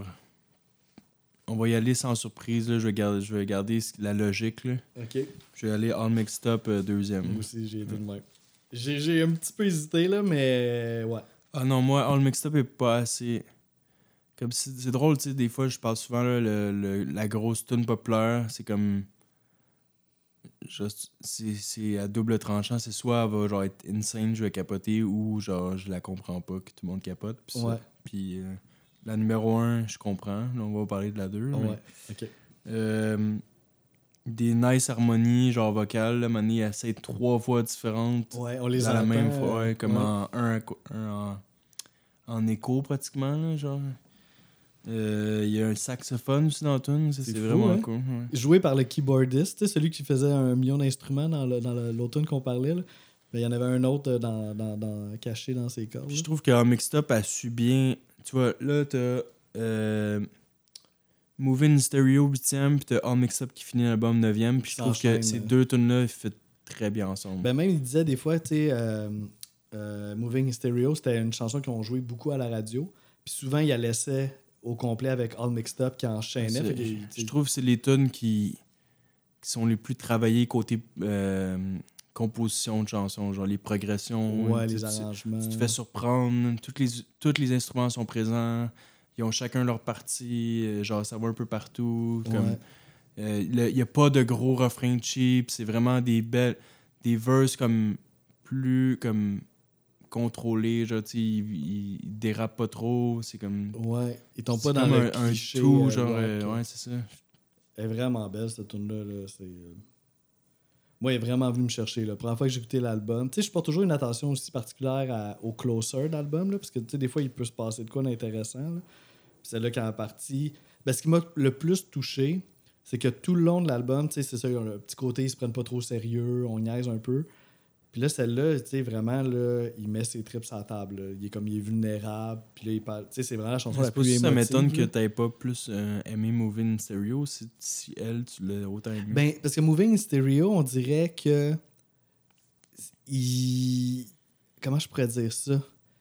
On va y aller sans surprise, là. Je vais garder, je vais garder ce- la logique, là. OK. Je vais aller All Mixed Up euh, deuxième. Moi aussi, j'ai été de même. J'ai j'ai un petit peu hésité, là, mais ouais. Ah non, moi, All Mixed Up est pas assez... Comme si- c'est drôle, tu sais, des fois, je parle souvent, là, le, le- la grosse tune populaire, c'est comme... Juste, c'est, c'est à double tranchant. C'est soit elle va genre être insane, je vais capoter, ou genre je la comprends pas, que tout le monde capote. Puis, ça. Ouais. Puis euh, la numéro un, je comprends. Là, on va parler de la deux. là, mais, Ouais. OK. euh, des nice harmonies, genre vocales. Là, à un moment donné, elle essaie trois voix différentes Ouais, on les dans entend. la même euh, fois. Ouais, comme ouais. en un, un en, en écho pratiquement. Là, genre. Euh, Il y a un saxophone aussi dans la tune. Ça, C'est c'est, fou, vraiment hein? cool. Ouais. Joué par le keyboardiste, tu sais, celui qui faisait un million d'instruments dans, le, dans le- l'automne qu'on parlait. là. Ben, il y en avait un autre euh, dans, dans, dans- caché dans ses cordes. Puis là. je trouve que Mixed Up a su bien. Tu vois, là, t'as euh, Moving Stereo huitième, puis t'as All Mixed Up qui finit l'album neuvième. Puis je trouve que S'enchaîne, ces euh. deux tunes-là, ils fit très bien ensemble. Ben, même, il disait des fois, tu sais, euh, euh, Moving Stereo, c'était une chanson qu'ils ont joué beaucoup à la radio. Puis souvent, il la laissait au complet avec All Mixed Up qui enchaînait. C'est- Fait que, je, tu sais, je trouve que c'est les tunes qui, qui sont les plus travaillées côté euh, composition de chansons, genre les progressions. ouais, tu- les tu- arrangements. Tu te fais surprendre, tous les, tous les instruments sont présents, ils ont chacun leur partie, euh, genre ça va un peu partout. Comme, Ouais. euh, il n'y a pas de gros refrains cheap, c'est vraiment des belles, des verses comme plus comme contrôlés, genre tu sais, ils, ils dérapent pas trop, c'est comme. Ouais, ils tombent c'est pas dans comme le un, un cliché. tout, euh, genre, rock, euh, là. ouais, c'est ça. Elle est vraiment belle, cette tune-là. Là. C'est, euh, moi, il est vraiment venu me chercher. La première fois que j'ai écouté l'album, tu sais, je porte toujours une attention aussi particulière à- au closer d'album, là, parce que, tu sais, des fois, il peut se passer de quoi d'intéressant. Là. Puis celle-là, quand elle est partie, ben, ce qui m'a le plus touché, c'est que tout le long de l'album, tu sais, c'est ça, ils ont le petit côté, ils se prennent pas trop au sérieux, on niaise un peu. Puis là, celle-là, tu sais, vraiment, là, il met ses tripes sur la table. Là. Il est comme, il est vulnérable. Puis là, il parle. Tu sais, c'est vraiment la chanson Mais la c'est pas plus si émotive. ça m'étonne que là. t'aies pas plus euh, aimé Moving in Stereo si, si elle, tu l'as autant aimé. Ben, parce que Moving in Stereo, on dirait que. Il... Comment je pourrais dire ça?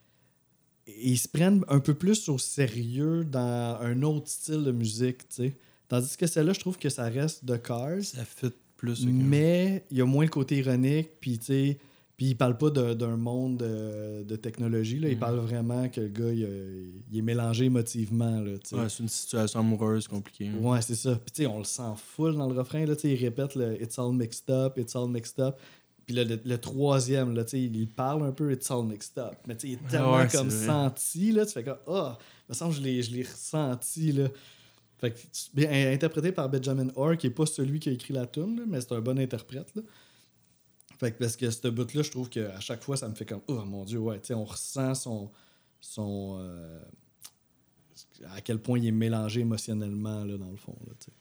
Ils se prennent un peu plus au sérieux dans un autre style de musique, tu sais. Tandis que celle-là, je trouve que ça reste de Cars. Ça fit plus. Mais il y a moins le côté ironique, puis tu sais, puis il parle pas de- d'un monde de, de technologie, là. Il Mm. parle vraiment que le gars, il, a- il est mélangé émotivement, là, tu sais. Ouais, c'est une situation amoureuse compliquée. hein. Ouais, c'est ça. Puis tu sais, on le sent full dans le refrain, là, tu sais, il répète le « It's all mixed up, it's all mixed up ». Puis le, le, le troisième, là, tu sais, il parle un peu « It's all mixed up ». Mais tu sais, il est tellement ouais, comme c'est vrai. senti, là, tu fais comme « Ah, il me semble que je l'ai, je l'ai ressenti, là ». Fait que, bien interprété par Benjamin Orr, qui est pas celui qui a écrit la tune, là, mais c'est un bon interprète. Là. Fait que parce que ce bout-là, je trouve qu'à chaque fois, ça me fait comme oh mon Dieu, ouais, tu sais, on ressent son. son euh, à quel point il est mélangé émotionnellement, là, dans le fond. Là, tu sais.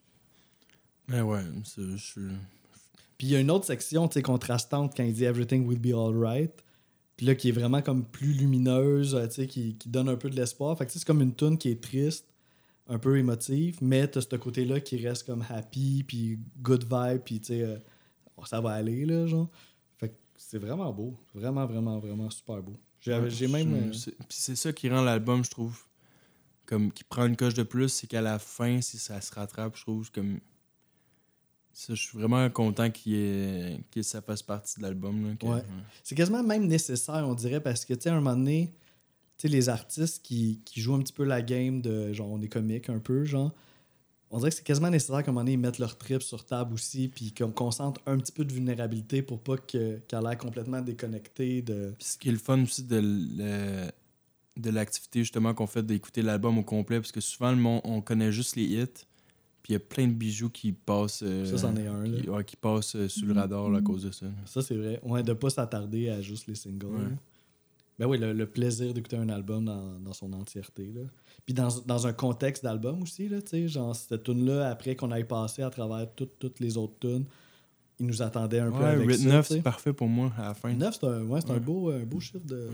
Mais ouais, c'est, je suis. Puis il y a une autre section, tu sais, contrastante quand il dit Everything will be alright. Puis là, qui est vraiment comme plus lumineuse, tu sais, qui, qui donne un peu de l'espoir. Fait que tu sais, c'est comme une tune qui est triste, un peu émotive, mais t'as ce côté-là qui reste comme happy, puis good vibe, puis tu sais, euh, ça va aller, là, genre. Fait que c'est vraiment beau. Vraiment, vraiment, vraiment super beau. J'ai, Ouais, j'ai même... je- euh, c'est, puis c'est ça qui rend l'album, je trouve, comme qui prend une coche de plus, c'est qu'à la fin, si ça se rattrape, je trouve, comme. Ça, je suis vraiment content qu'il y ait- que ça fasse partie de l'album. Là, que- Ouais. C'est quasiment même nécessaire, on dirait, parce que, tu sais, à un moment donné, tu sais, les artistes qui, qui jouent un petit peu la game de, genre, on est comique un peu, genre, on dirait que c'est quasiment nécessaire qu'à un moment donné, ils mettent leurs trips sur table aussi, puis qu'on concentre un petit peu de vulnérabilité pour pas que, qu'elle ait l'air complètement déconnectée de... Puis ce qui est le fun aussi de, le- de l'activité justement qu'on fait d'écouter l'album au complet, parce que souvent, le monde, on connaît juste les hits, puis il y a plein de bijoux qui passent, euh, Ça, c'en est un, là. qui, ouais, qui passent euh, sous le radar là, à cause de ça. Ça, c'est vrai. Ouais, de pas s'attarder à juste les singles. Ouais. là. Ben oui, le, le plaisir d'écouter un album dans, dans son entièreté. Là. Puis dans, dans un contexte d'album aussi, là, tu sais, genre cette tune-là, après qu'on aille passer à travers toutes, toutes les autres tunes, il nous attendait un peu Ouais, avec Rit ça. neuf, tu sais. c'est parfait pour moi à la fin. neuf, c'est un, ouais, c'est un, Ouais. beau, un beau chiffre de...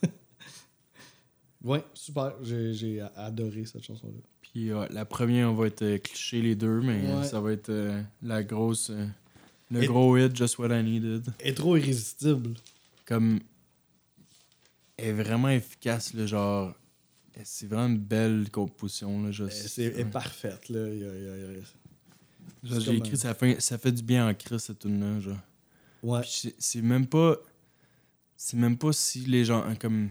Ouais, super. J'ai, j'ai adoré cette chanson-là. Puis ouais, la première, on va être euh, cliché les deux, mais Ouais. ça va être euh, la grosse. euh, le Et- gros hit, Just What I Needed. Elle est trop irrésistible. Comme. Elle est vraiment efficace, là, genre. C'est vraiment une belle composition. Là, je- Elle, c'est, elle est ouais. parfaite. Là. Il y a- il y a- il y a- Genre, c'est j'ai comme écrit, un- ça fait, ça fait du bien en crise, cette tune-là. Genre. Ouais. Puis c'est- c'est même pas. C'est même pas si les gens. hein, Comme.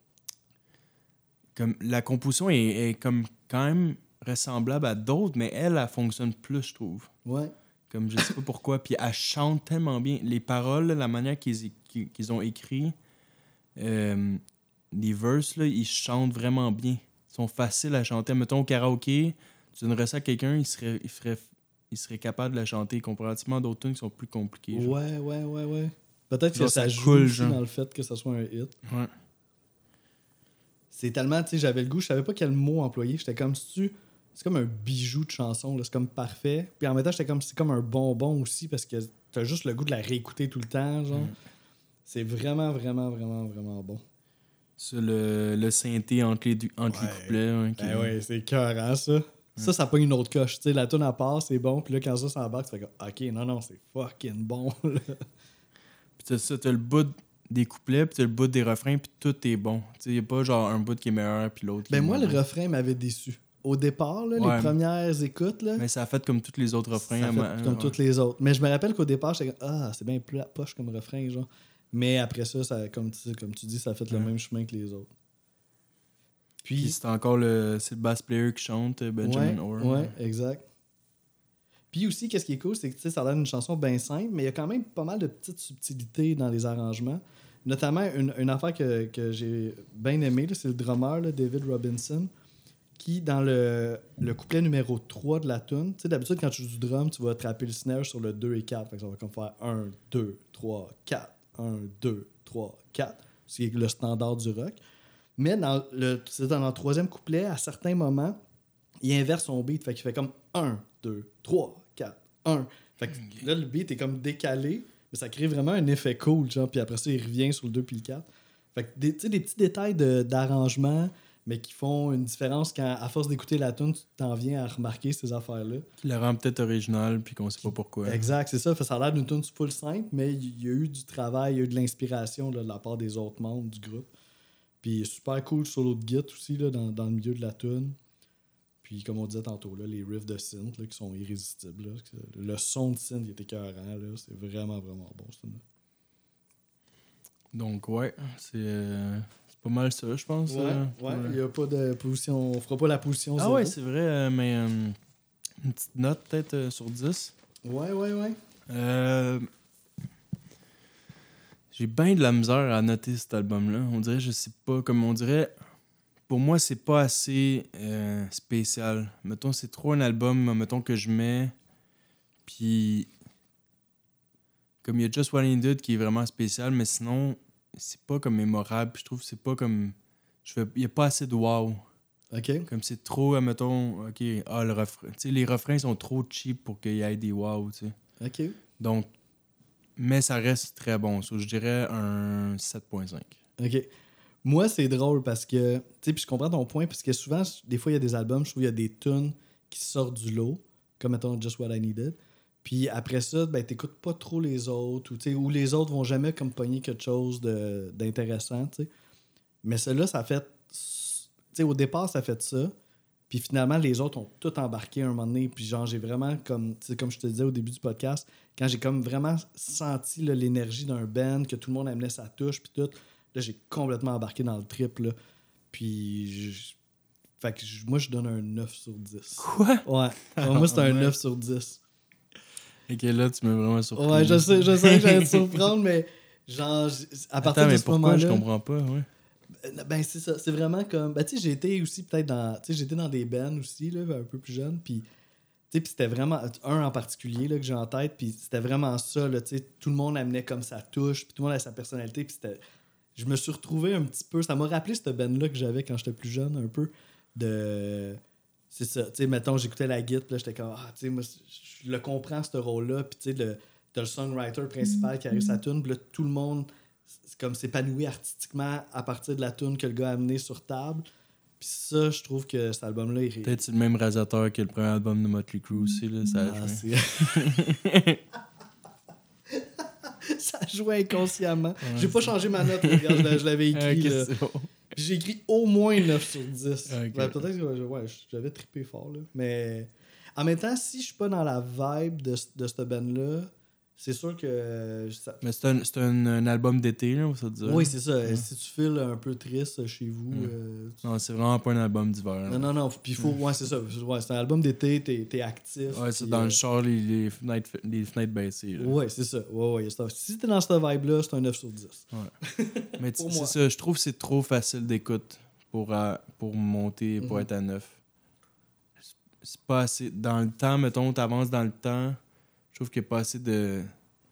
Comme la composition est, est comme quand même ressemblable à d'autres, mais elle, elle fonctionne plus, je trouve. Ouais. Comme je sais pas pourquoi. Puis elle chante tellement bien. Les paroles, là, la manière qu'ils, é- qu'ils, qu'ils ont écrit, euh, les verses, là, ils chantent vraiment bien. Ils sont faciles à chanter. Mettons au karaoké, tu donnerais ça à quelqu'un, il serait, il ferait, il serait capable de la chanter comparativement à d'autres tunes qui sont plus compliquées. genre. Ouais, ouais, ouais, ouais. Peut-être que Genre, ça, ça joue coule, aussi genre. dans le fait que ça soit un hit. Ouais. C'est tellement, tu sais, j'avais le goût, je savais pas quel mot employer. J'étais comme, si tu c'est comme un bijou de chanson, là, c'est comme parfait. Puis en même temps, j'étais comme, c'est comme un bonbon aussi parce que t'as juste le goût de la réécouter tout le temps, genre. Mm. C'est vraiment, vraiment, vraiment, vraiment bon. Ça, le, le synthé entre les, du- entre Ouais. les couplets. hein, qui- Ben ouais, c'est écœurant, ça. Ça, ça pas une autre coche. Tu sais, la tune à part, c'est bon. Puis là, quand ça s'embarque, tu fais comme, OK, non, non, c'est fucking bon. là. Puis t'as ça, t'as le bout des couplets, puis t'as le bout des refrains, puis tout est bon. Tu sais, y a pas genre un bout qui est meilleur, puis l'autre qui Ben est moi, moins le bon. refrain m'avait déçu. Au départ, là, Ouais. les premières écoutes, là, Mais ça a fait comme tous les autres refrains. ça à fait ma- comme ouais. toutes les autres. Mais je me rappelle qu'au départ, j'étais comme, ah, c'est bien pla- poche comme refrain, genre. Mais après ça, ça comme, tu, comme tu dis, ça a fait le Ouais. même chemin que les autres. Puis Puis, c'est encore le, c'est le bass player qui chante, Benjamin ouais, Orr. ouais, exact. Puis aussi, qu'est-ce qui est cool, c'est que tu sais, ça donne une chanson bien simple, mais il y a quand même pas mal de petites subtilités dans les arrangements. Notamment, une, une affaire que, que j'ai bien aimée, là, c'est le drummer, là, David Robinson, qui, dans le, le couplet numéro trois de la tune, tu sais, d'habitude, quand tu joues du drum, tu vas attraper le snare sur le deux et quatre. Fait que ça va comme faire un, deux, trois, quatre, un, deux, trois, quatre. C'est le standard du rock. Mais dans le, c'est dans le troisième couplet, à certains moments, il inverse son beat. Fait qu'il fait comme un, deux, trois, quatre, un. Fait que okay. Là, le beat est comme décalé, mais ça crée vraiment un effet cool, genre, puis après ça, il revient sur le deux puis le quatre. Fait que, tu sais, des petits détails de, d'arrangement, mais qui font une différence quand, à force d'écouter la tune, tu t'en viens à remarquer ces affaires-là. Qui la rend peut-être originale, puis qu'on sait pas pourquoi. Exact, c'est ça. Fait, ça a l'air d'une tune full simple, mais il y a eu du travail, il y a eu de l'inspiration là, de la part des autres membres du groupe. Puis super cool solo de git aussi là, dans, dans le milieu de la tune. Puis comme on disait tantôt, là, les riffs de synth là, qui sont irrésistibles. Là. Le son de synth il est écœurant. Là. C'est vraiment, vraiment bon. Ça, donc ouais, c'est, euh, c'est pas mal ça, je pense. Ouais, euh, ouais. ouais. Il n'y a pas de position. On fera pas la position ah zéro. ouais, c'est vrai, euh, mais euh, une petite note peut-être euh, sur dix. Ouais, ouais, ouais. Euh, j'ai bien de la misère à noter cet album-là. On dirait, je sais pas, comme on dirait, pour moi, c'est pas assez euh, spécial. Mettons, c'est trop un album, mettons, que je mets, puis comme il y a Just What I Needed qui est vraiment spécial, mais sinon, c'est pas comme mémorable. Puis je trouve que c'est pas comme... Je fais... Il y a pas assez de wow. OK. Comme c'est trop, mettons, OK, ah, le refrain. Tu sais, les refrains sont trop cheap pour qu'il y ait des wow, tu sais. OK. Donc, mais ça reste très bon. So, je dirais un sept virgule cinq. OK. Moi, c'est drôle parce que, tu sais, puis je comprends ton point, parce que souvent, des fois, il y a des albums, je trouve qu'il y a des tunes qui sortent du lot, comme, mettons, Just What I Needed. Puis après ça, ben, t'écoutes pas trop les autres, ou, tu sais, ou les autres vont jamais comme pogner quelque chose de, d'intéressant, tu sais. Mais celle-là, ça a fait... Tu sais, au départ, ça a fait ça. Puis finalement, les autres ont tout embarqué un moment donné. Puis genre, j'ai vraiment, comme, tu sais, comme je te disais au début du podcast, quand j'ai comme vraiment senti là, l'énergie d'un band, que tout le monde amenait sa touche, puis tout, là, j'ai complètement embarqué dans le trip, là. Puis... Je... Fait que je... moi, je donne un neuf sur dix. Quoi? Ouais. Alors, moi, c'est un neuf sur dix. Ok, là, tu m'as vraiment surpris. Ouais, je sais, je sais que j'allais te surprendre, mais genre, à partir Attends, de mais ce pourquoi moment-là... je comprends pas, ouais. Ben, c'est ça. C'est vraiment comme... Ben, tu sais, j'ai été aussi peut-être dans... Tu sais, j'étais dans des bands aussi, là, un peu plus jeune, puis... Tu sais, puis c'était vraiment... Un en particulier, là, que j'ai en tête, puis c'était vraiment ça, là, tu sais, tout le monde amenait comme sa touche, puis tout le monde avait sa personnalité, puis c'était... Je me suis retrouvé un petit peu... Ça m'a rappelé cette band-là que j'avais quand j'étais plus jeune, un peu, de... C'est ça, tu sais, mettons, j'écoutais la guitare, puis là, j'étais comme, ah, tu sais, moi, je le comprends, ce rôle-là, puis tu sais, le, t'as le songwriter principal qui arrive sa tune, puis là, tout le monde, c'est comme s'épanouit artistiquement à partir de la tune que le gars a amené sur table. Puis ça, je trouve que cet album-là, il... Peut-être c'est le même réalisateur que le premier album de Motley Crue aussi, là, ça a ah, joué. Ça jouait inconsciemment. Ouais, j'ai pas changé ma note, regarde, je l'avais écrit, okay, là. Puis j'ai écrit au moins neuf sur dix. Okay. Ben, peut-être que ouais, j'avais trippé fort, là. Mais en même temps, si je suis pas dans la vibe de, de cette band-là, c'est sûr que... Ça... Mais c'est un, c'est un, un album d'été, là, on va se dire. Oui, c'est ça. Ouais. Si tu files un peu triste chez vous... Ouais. Euh, tu... Non, c'est vraiment pas un album d'hiver. Non, non, non. Puis il faut... Ouais, c'est ça. Ouais, c'est un album d'été, t'es, t'es actif. Ouais, c'est puis, dans euh... le char, les, les, fenêtres, les fenêtres baissées. Là. Ouais, c'est ça. Ouais, ouais. C'est... Si t'es dans cette vibe-là, c'est un neuf sur dix. Ouais. Mais c'est moi. Ça. Je trouve que c'est trop facile d'écoute pour, euh, pour monter, pour mm-hmm. être à neuf. C'est pas assez... Dans le temps, mettons, t'avances dans le temps, je trouve qu'il n'y a pas assez de...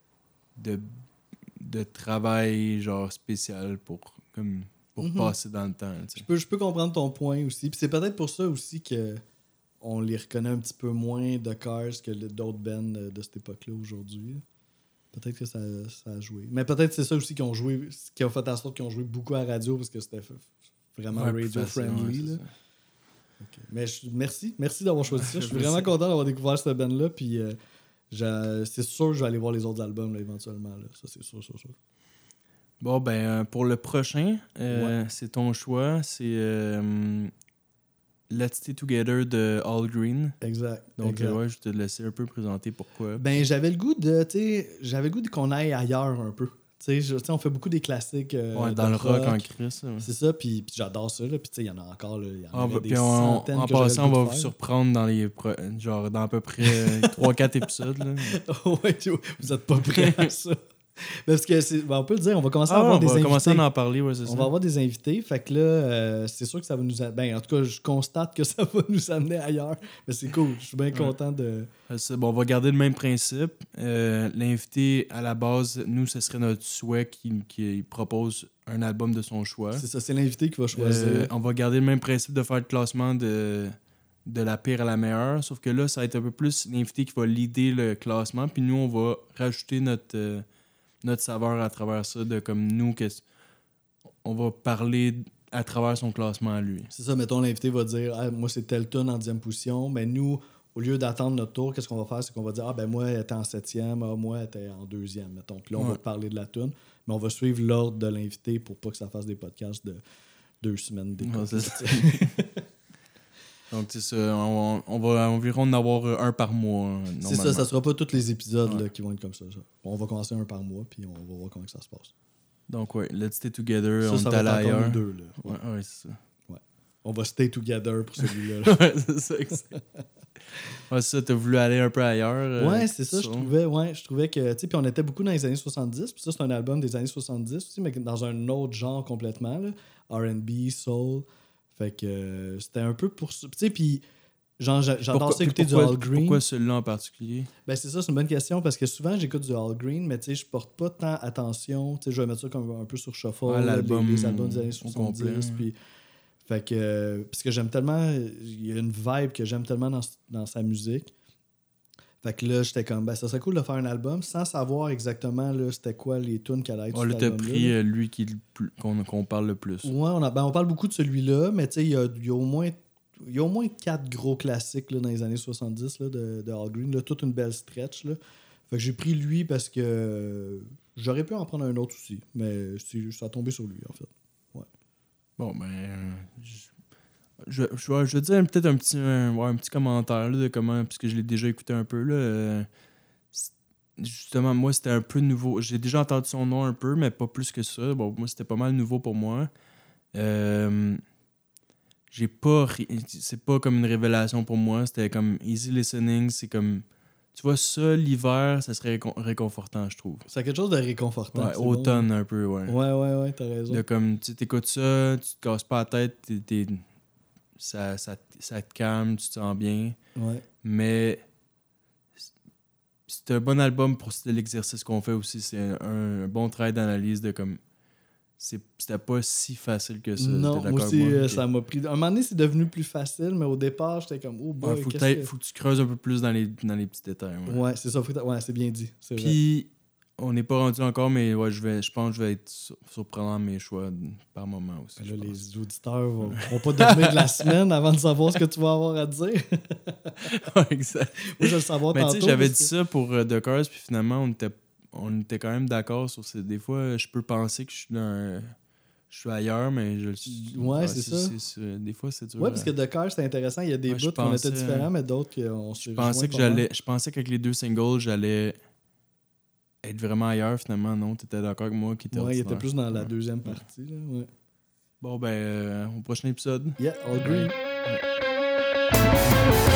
de de travail genre spécial pour comme pour mm-hmm. passer dans le temps. Je peux, je peux comprendre ton point aussi. Puis c'est peut-être pour ça aussi que on les reconnaît un petit peu moins de Cars que d'autres bands de, de cette époque-là aujourd'hui. Peut-être que ça, ça a joué. Mais peut-être que c'est ça aussi qui ont joué, qui ont fait en sorte qu'ils ont joué beaucoup à la radio parce que c'était vraiment ouais, radio-friendly. Ouais, okay. Mais je, merci. Merci d'avoir choisi ça. Je suis vraiment content d'avoir découvert cette band-là. Puis euh, Je, c'est sûr que je vais aller voir les autres albums là, éventuellement. Là. Ça, c'est sûr, sûr, sûr. Bon, ben, pour le prochain, euh, ouais. c'est ton choix. C'est euh, Let's Stay Together de All Green. Exact. Donc, exact. ouais, je te laisser un peu présenter pourquoi. Ben, j'avais le goût de, tu sais, j'avais le goût de qu'on aille ailleurs un peu. Tu sais, on fait beaucoup des classiques. Euh, ouais, dans le rock, rock en crise. Ouais. C'est ça, puis j'adore ça. Puis, tu sais, il y en a encore. Là, y en ah, bah, des on, centaines en que passant, on va vous surprendre dans les pro... genre dans à peu près trois quatre épisodes. Là. Ouais, vous êtes pas prêts à ça. Parce que c'est, ben on peut le dire, on va commencer ah, à avoir on des va invités. commencer à en parler, ouais, c'est on ça. va avoir des invités, fait que là, euh, c'est sûr que ça va nous... A... Ben, en tout cas, je constate que ça va nous amener ailleurs, mais c'est cool, je suis bien ouais. content de... C'est bon, on va garder le même principe. Euh, l'invité, à la base, nous, ce serait notre souhait qu'il, qu'il propose un album de son choix. C'est ça, c'est l'invité qui va choisir. Euh, on va garder le même principe de faire le classement de... de la pire à la meilleure, sauf que là, ça va être un peu plus l'invité qui va leader le classement, puis nous, on va rajouter notre, euh, notre saveur à travers ça, de comme nous, qu'est-ce- on va parler à travers son classement à lui. C'est ça, mettons, l'invité va dire ah, moi, c'est tel tune en dixième position, mais nous, au lieu d'attendre notre tour, qu'est-ce qu'on va faire? C'est qu'on va dire ah, ben moi, elle était en septième, ah, moi, elle était en deuxième, mettons. Puis là, on Ouais. va parler de la tune, mais on va suivre l'ordre de l'invité pour pas que ça fasse des podcasts de deux semaines d'écoute. Ouais, c'est ça. Donc, c'est ça, on, on va environ en avoir un par mois, hein, C'est normalement. ça, ça sera pas tous les épisodes Ouais. là, qui vont être comme ça, ça. On va commencer un par mois, puis on va voir comment que ça se passe. Donc, ouais, let's stay together, Ça, on ça est va allé être encore ailleurs. nous deux. Là. Ouais. Ouais, ouais, c'est ça. On va stay together pour celui-là. là. Ouais, c'est ça. exact. Ouais, c'est ça, t'as voulu aller un peu ailleurs. euh, Ouais, c'est ça, je ça. trouvais, ouais, je trouvais que, tu sais, puis on était beaucoup dans les années soixante-dix, puis ça, c'est un album des années soixante-dix aussi, mais dans un autre genre complètement, là, R and B, soul, fait que euh, c'était un peu pour ça, tu sais, puis genre, j'a- j'adore Pourquoi- ça écouter pourquoi, du All Green. Pourquoi celui-là en particulier? Ben c'est ça, c'est une bonne question, parce que souvent, j'écoute du All Green, mais tu sais, je porte pas tant attention, tu sais, je vais mettre ça comme un peu sur shuffle, Ouais, là, l'album les, les albums des années au soixante-dix, complet. puis... Fait que, euh, parce que j'aime tellement, il y a une vibe que j'aime tellement dans, dans sa musique. Fait que là, j'étais comme, ben, ça serait cool de faire un album sans savoir exactement là, c'était quoi les tunes qu'elle allait être Oh, sur là, cet t'as album-là, pris là. euh, lui qui, le plus- qu'on, qu'on parle le plus. Ouais, on, a, ben, on parle beaucoup de celui-là, mais tu sais, il y a, il y a au moins il y a au moins quatre gros classiques là, dans les années soixante-dix là, de, de Al Green, là, toute une belle stretch. Là. Fait que j'ai pris lui parce que euh, j'aurais pu en prendre un autre aussi, mais c'est- ça a tombé sur lui, en fait. Bon, ben. euh, je, je, je, vais- je vais dire peut-être un petit, un, ouais, un petit commentaire là, de comment, puisque je l'ai déjà écouté un peu. Là, euh, c'est- justement, moi, c'était un peu nouveau. J'ai déjà entendu son nom un peu, mais pas plus que ça. Bon, moi, c'était pas mal nouveau pour moi. Euh, j'ai pas. ri- C'est pas comme une révélation pour moi. C'était comme easy listening. C'est comme. Tu vois, ça, l'hiver, ça serait récon- réconfortant, je trouve. C'est quelque chose de réconfortant. Ouais, c'est bon, automne un peu, ouais. hein. Ouais, ouais, ouais, t'as raison. De comme, tu t'écoutes ça, tu te casses pas la tête, t'es- t'es- ça, ça, ça te calme, tu te sens bien. Ouais. Mais c'est un bon album pour c'était l'exercice qu'on fait aussi. C'est un, un bon travail d'analyse de comme. c'est- C'était pas si facile que ça. Non, T'es d'accord moi avec aussi, moi? euh, Ok. ça m'a pris. À un moment donné, c'est devenu plus facile, mais au départ, j'étais comme, oh boy, Ouais, faut, qu'est-ce peut-être- que... faut que tu creuses un peu plus dans les, dans les petits détails. Ouais. Ouais, c'est ça. faut que t'a- Ouais, c'est bien dit. C'est vrai. Puis, on n'est pas rendu encore, mais ouais, je, vais, je pense que je vais être sur- surprenant mes choix par moment aussi. Là, je pense. les auditeurs vont, vont pas devenir de la semaine avant de savoir ce que tu vas avoir à dire. Ouais, exact. Moi, je vais le savoir Mais tu tantôt. sais, j'avais parce dit que- ça pour euh, The Cars, puis finalement, on était, on était quand même d'accord sur ces. Des fois, je peux penser que je suis dans un- je suis ailleurs, mais je le suis. Ouais, c'est ça. c'est- Des fois, c'est dur. Ouais, parce que à- The Car, c'est intéressant. Il y a des Ouais, je bouts qu'on pensais- était différents, mais d'autres qu'on s'est Je pensais rejoints que pas mal. j'allais. Je pensais qu'avec les deux singles, j'allais être vraiment ailleurs. Finalement, non, t'étais d'accord avec moi qui était Ouais, il était ordinaire. plus dans la Ouais. deuxième partie. Là. Ouais. Bon, ben, euh, au prochain épisode. Yeah, all green. Ouais.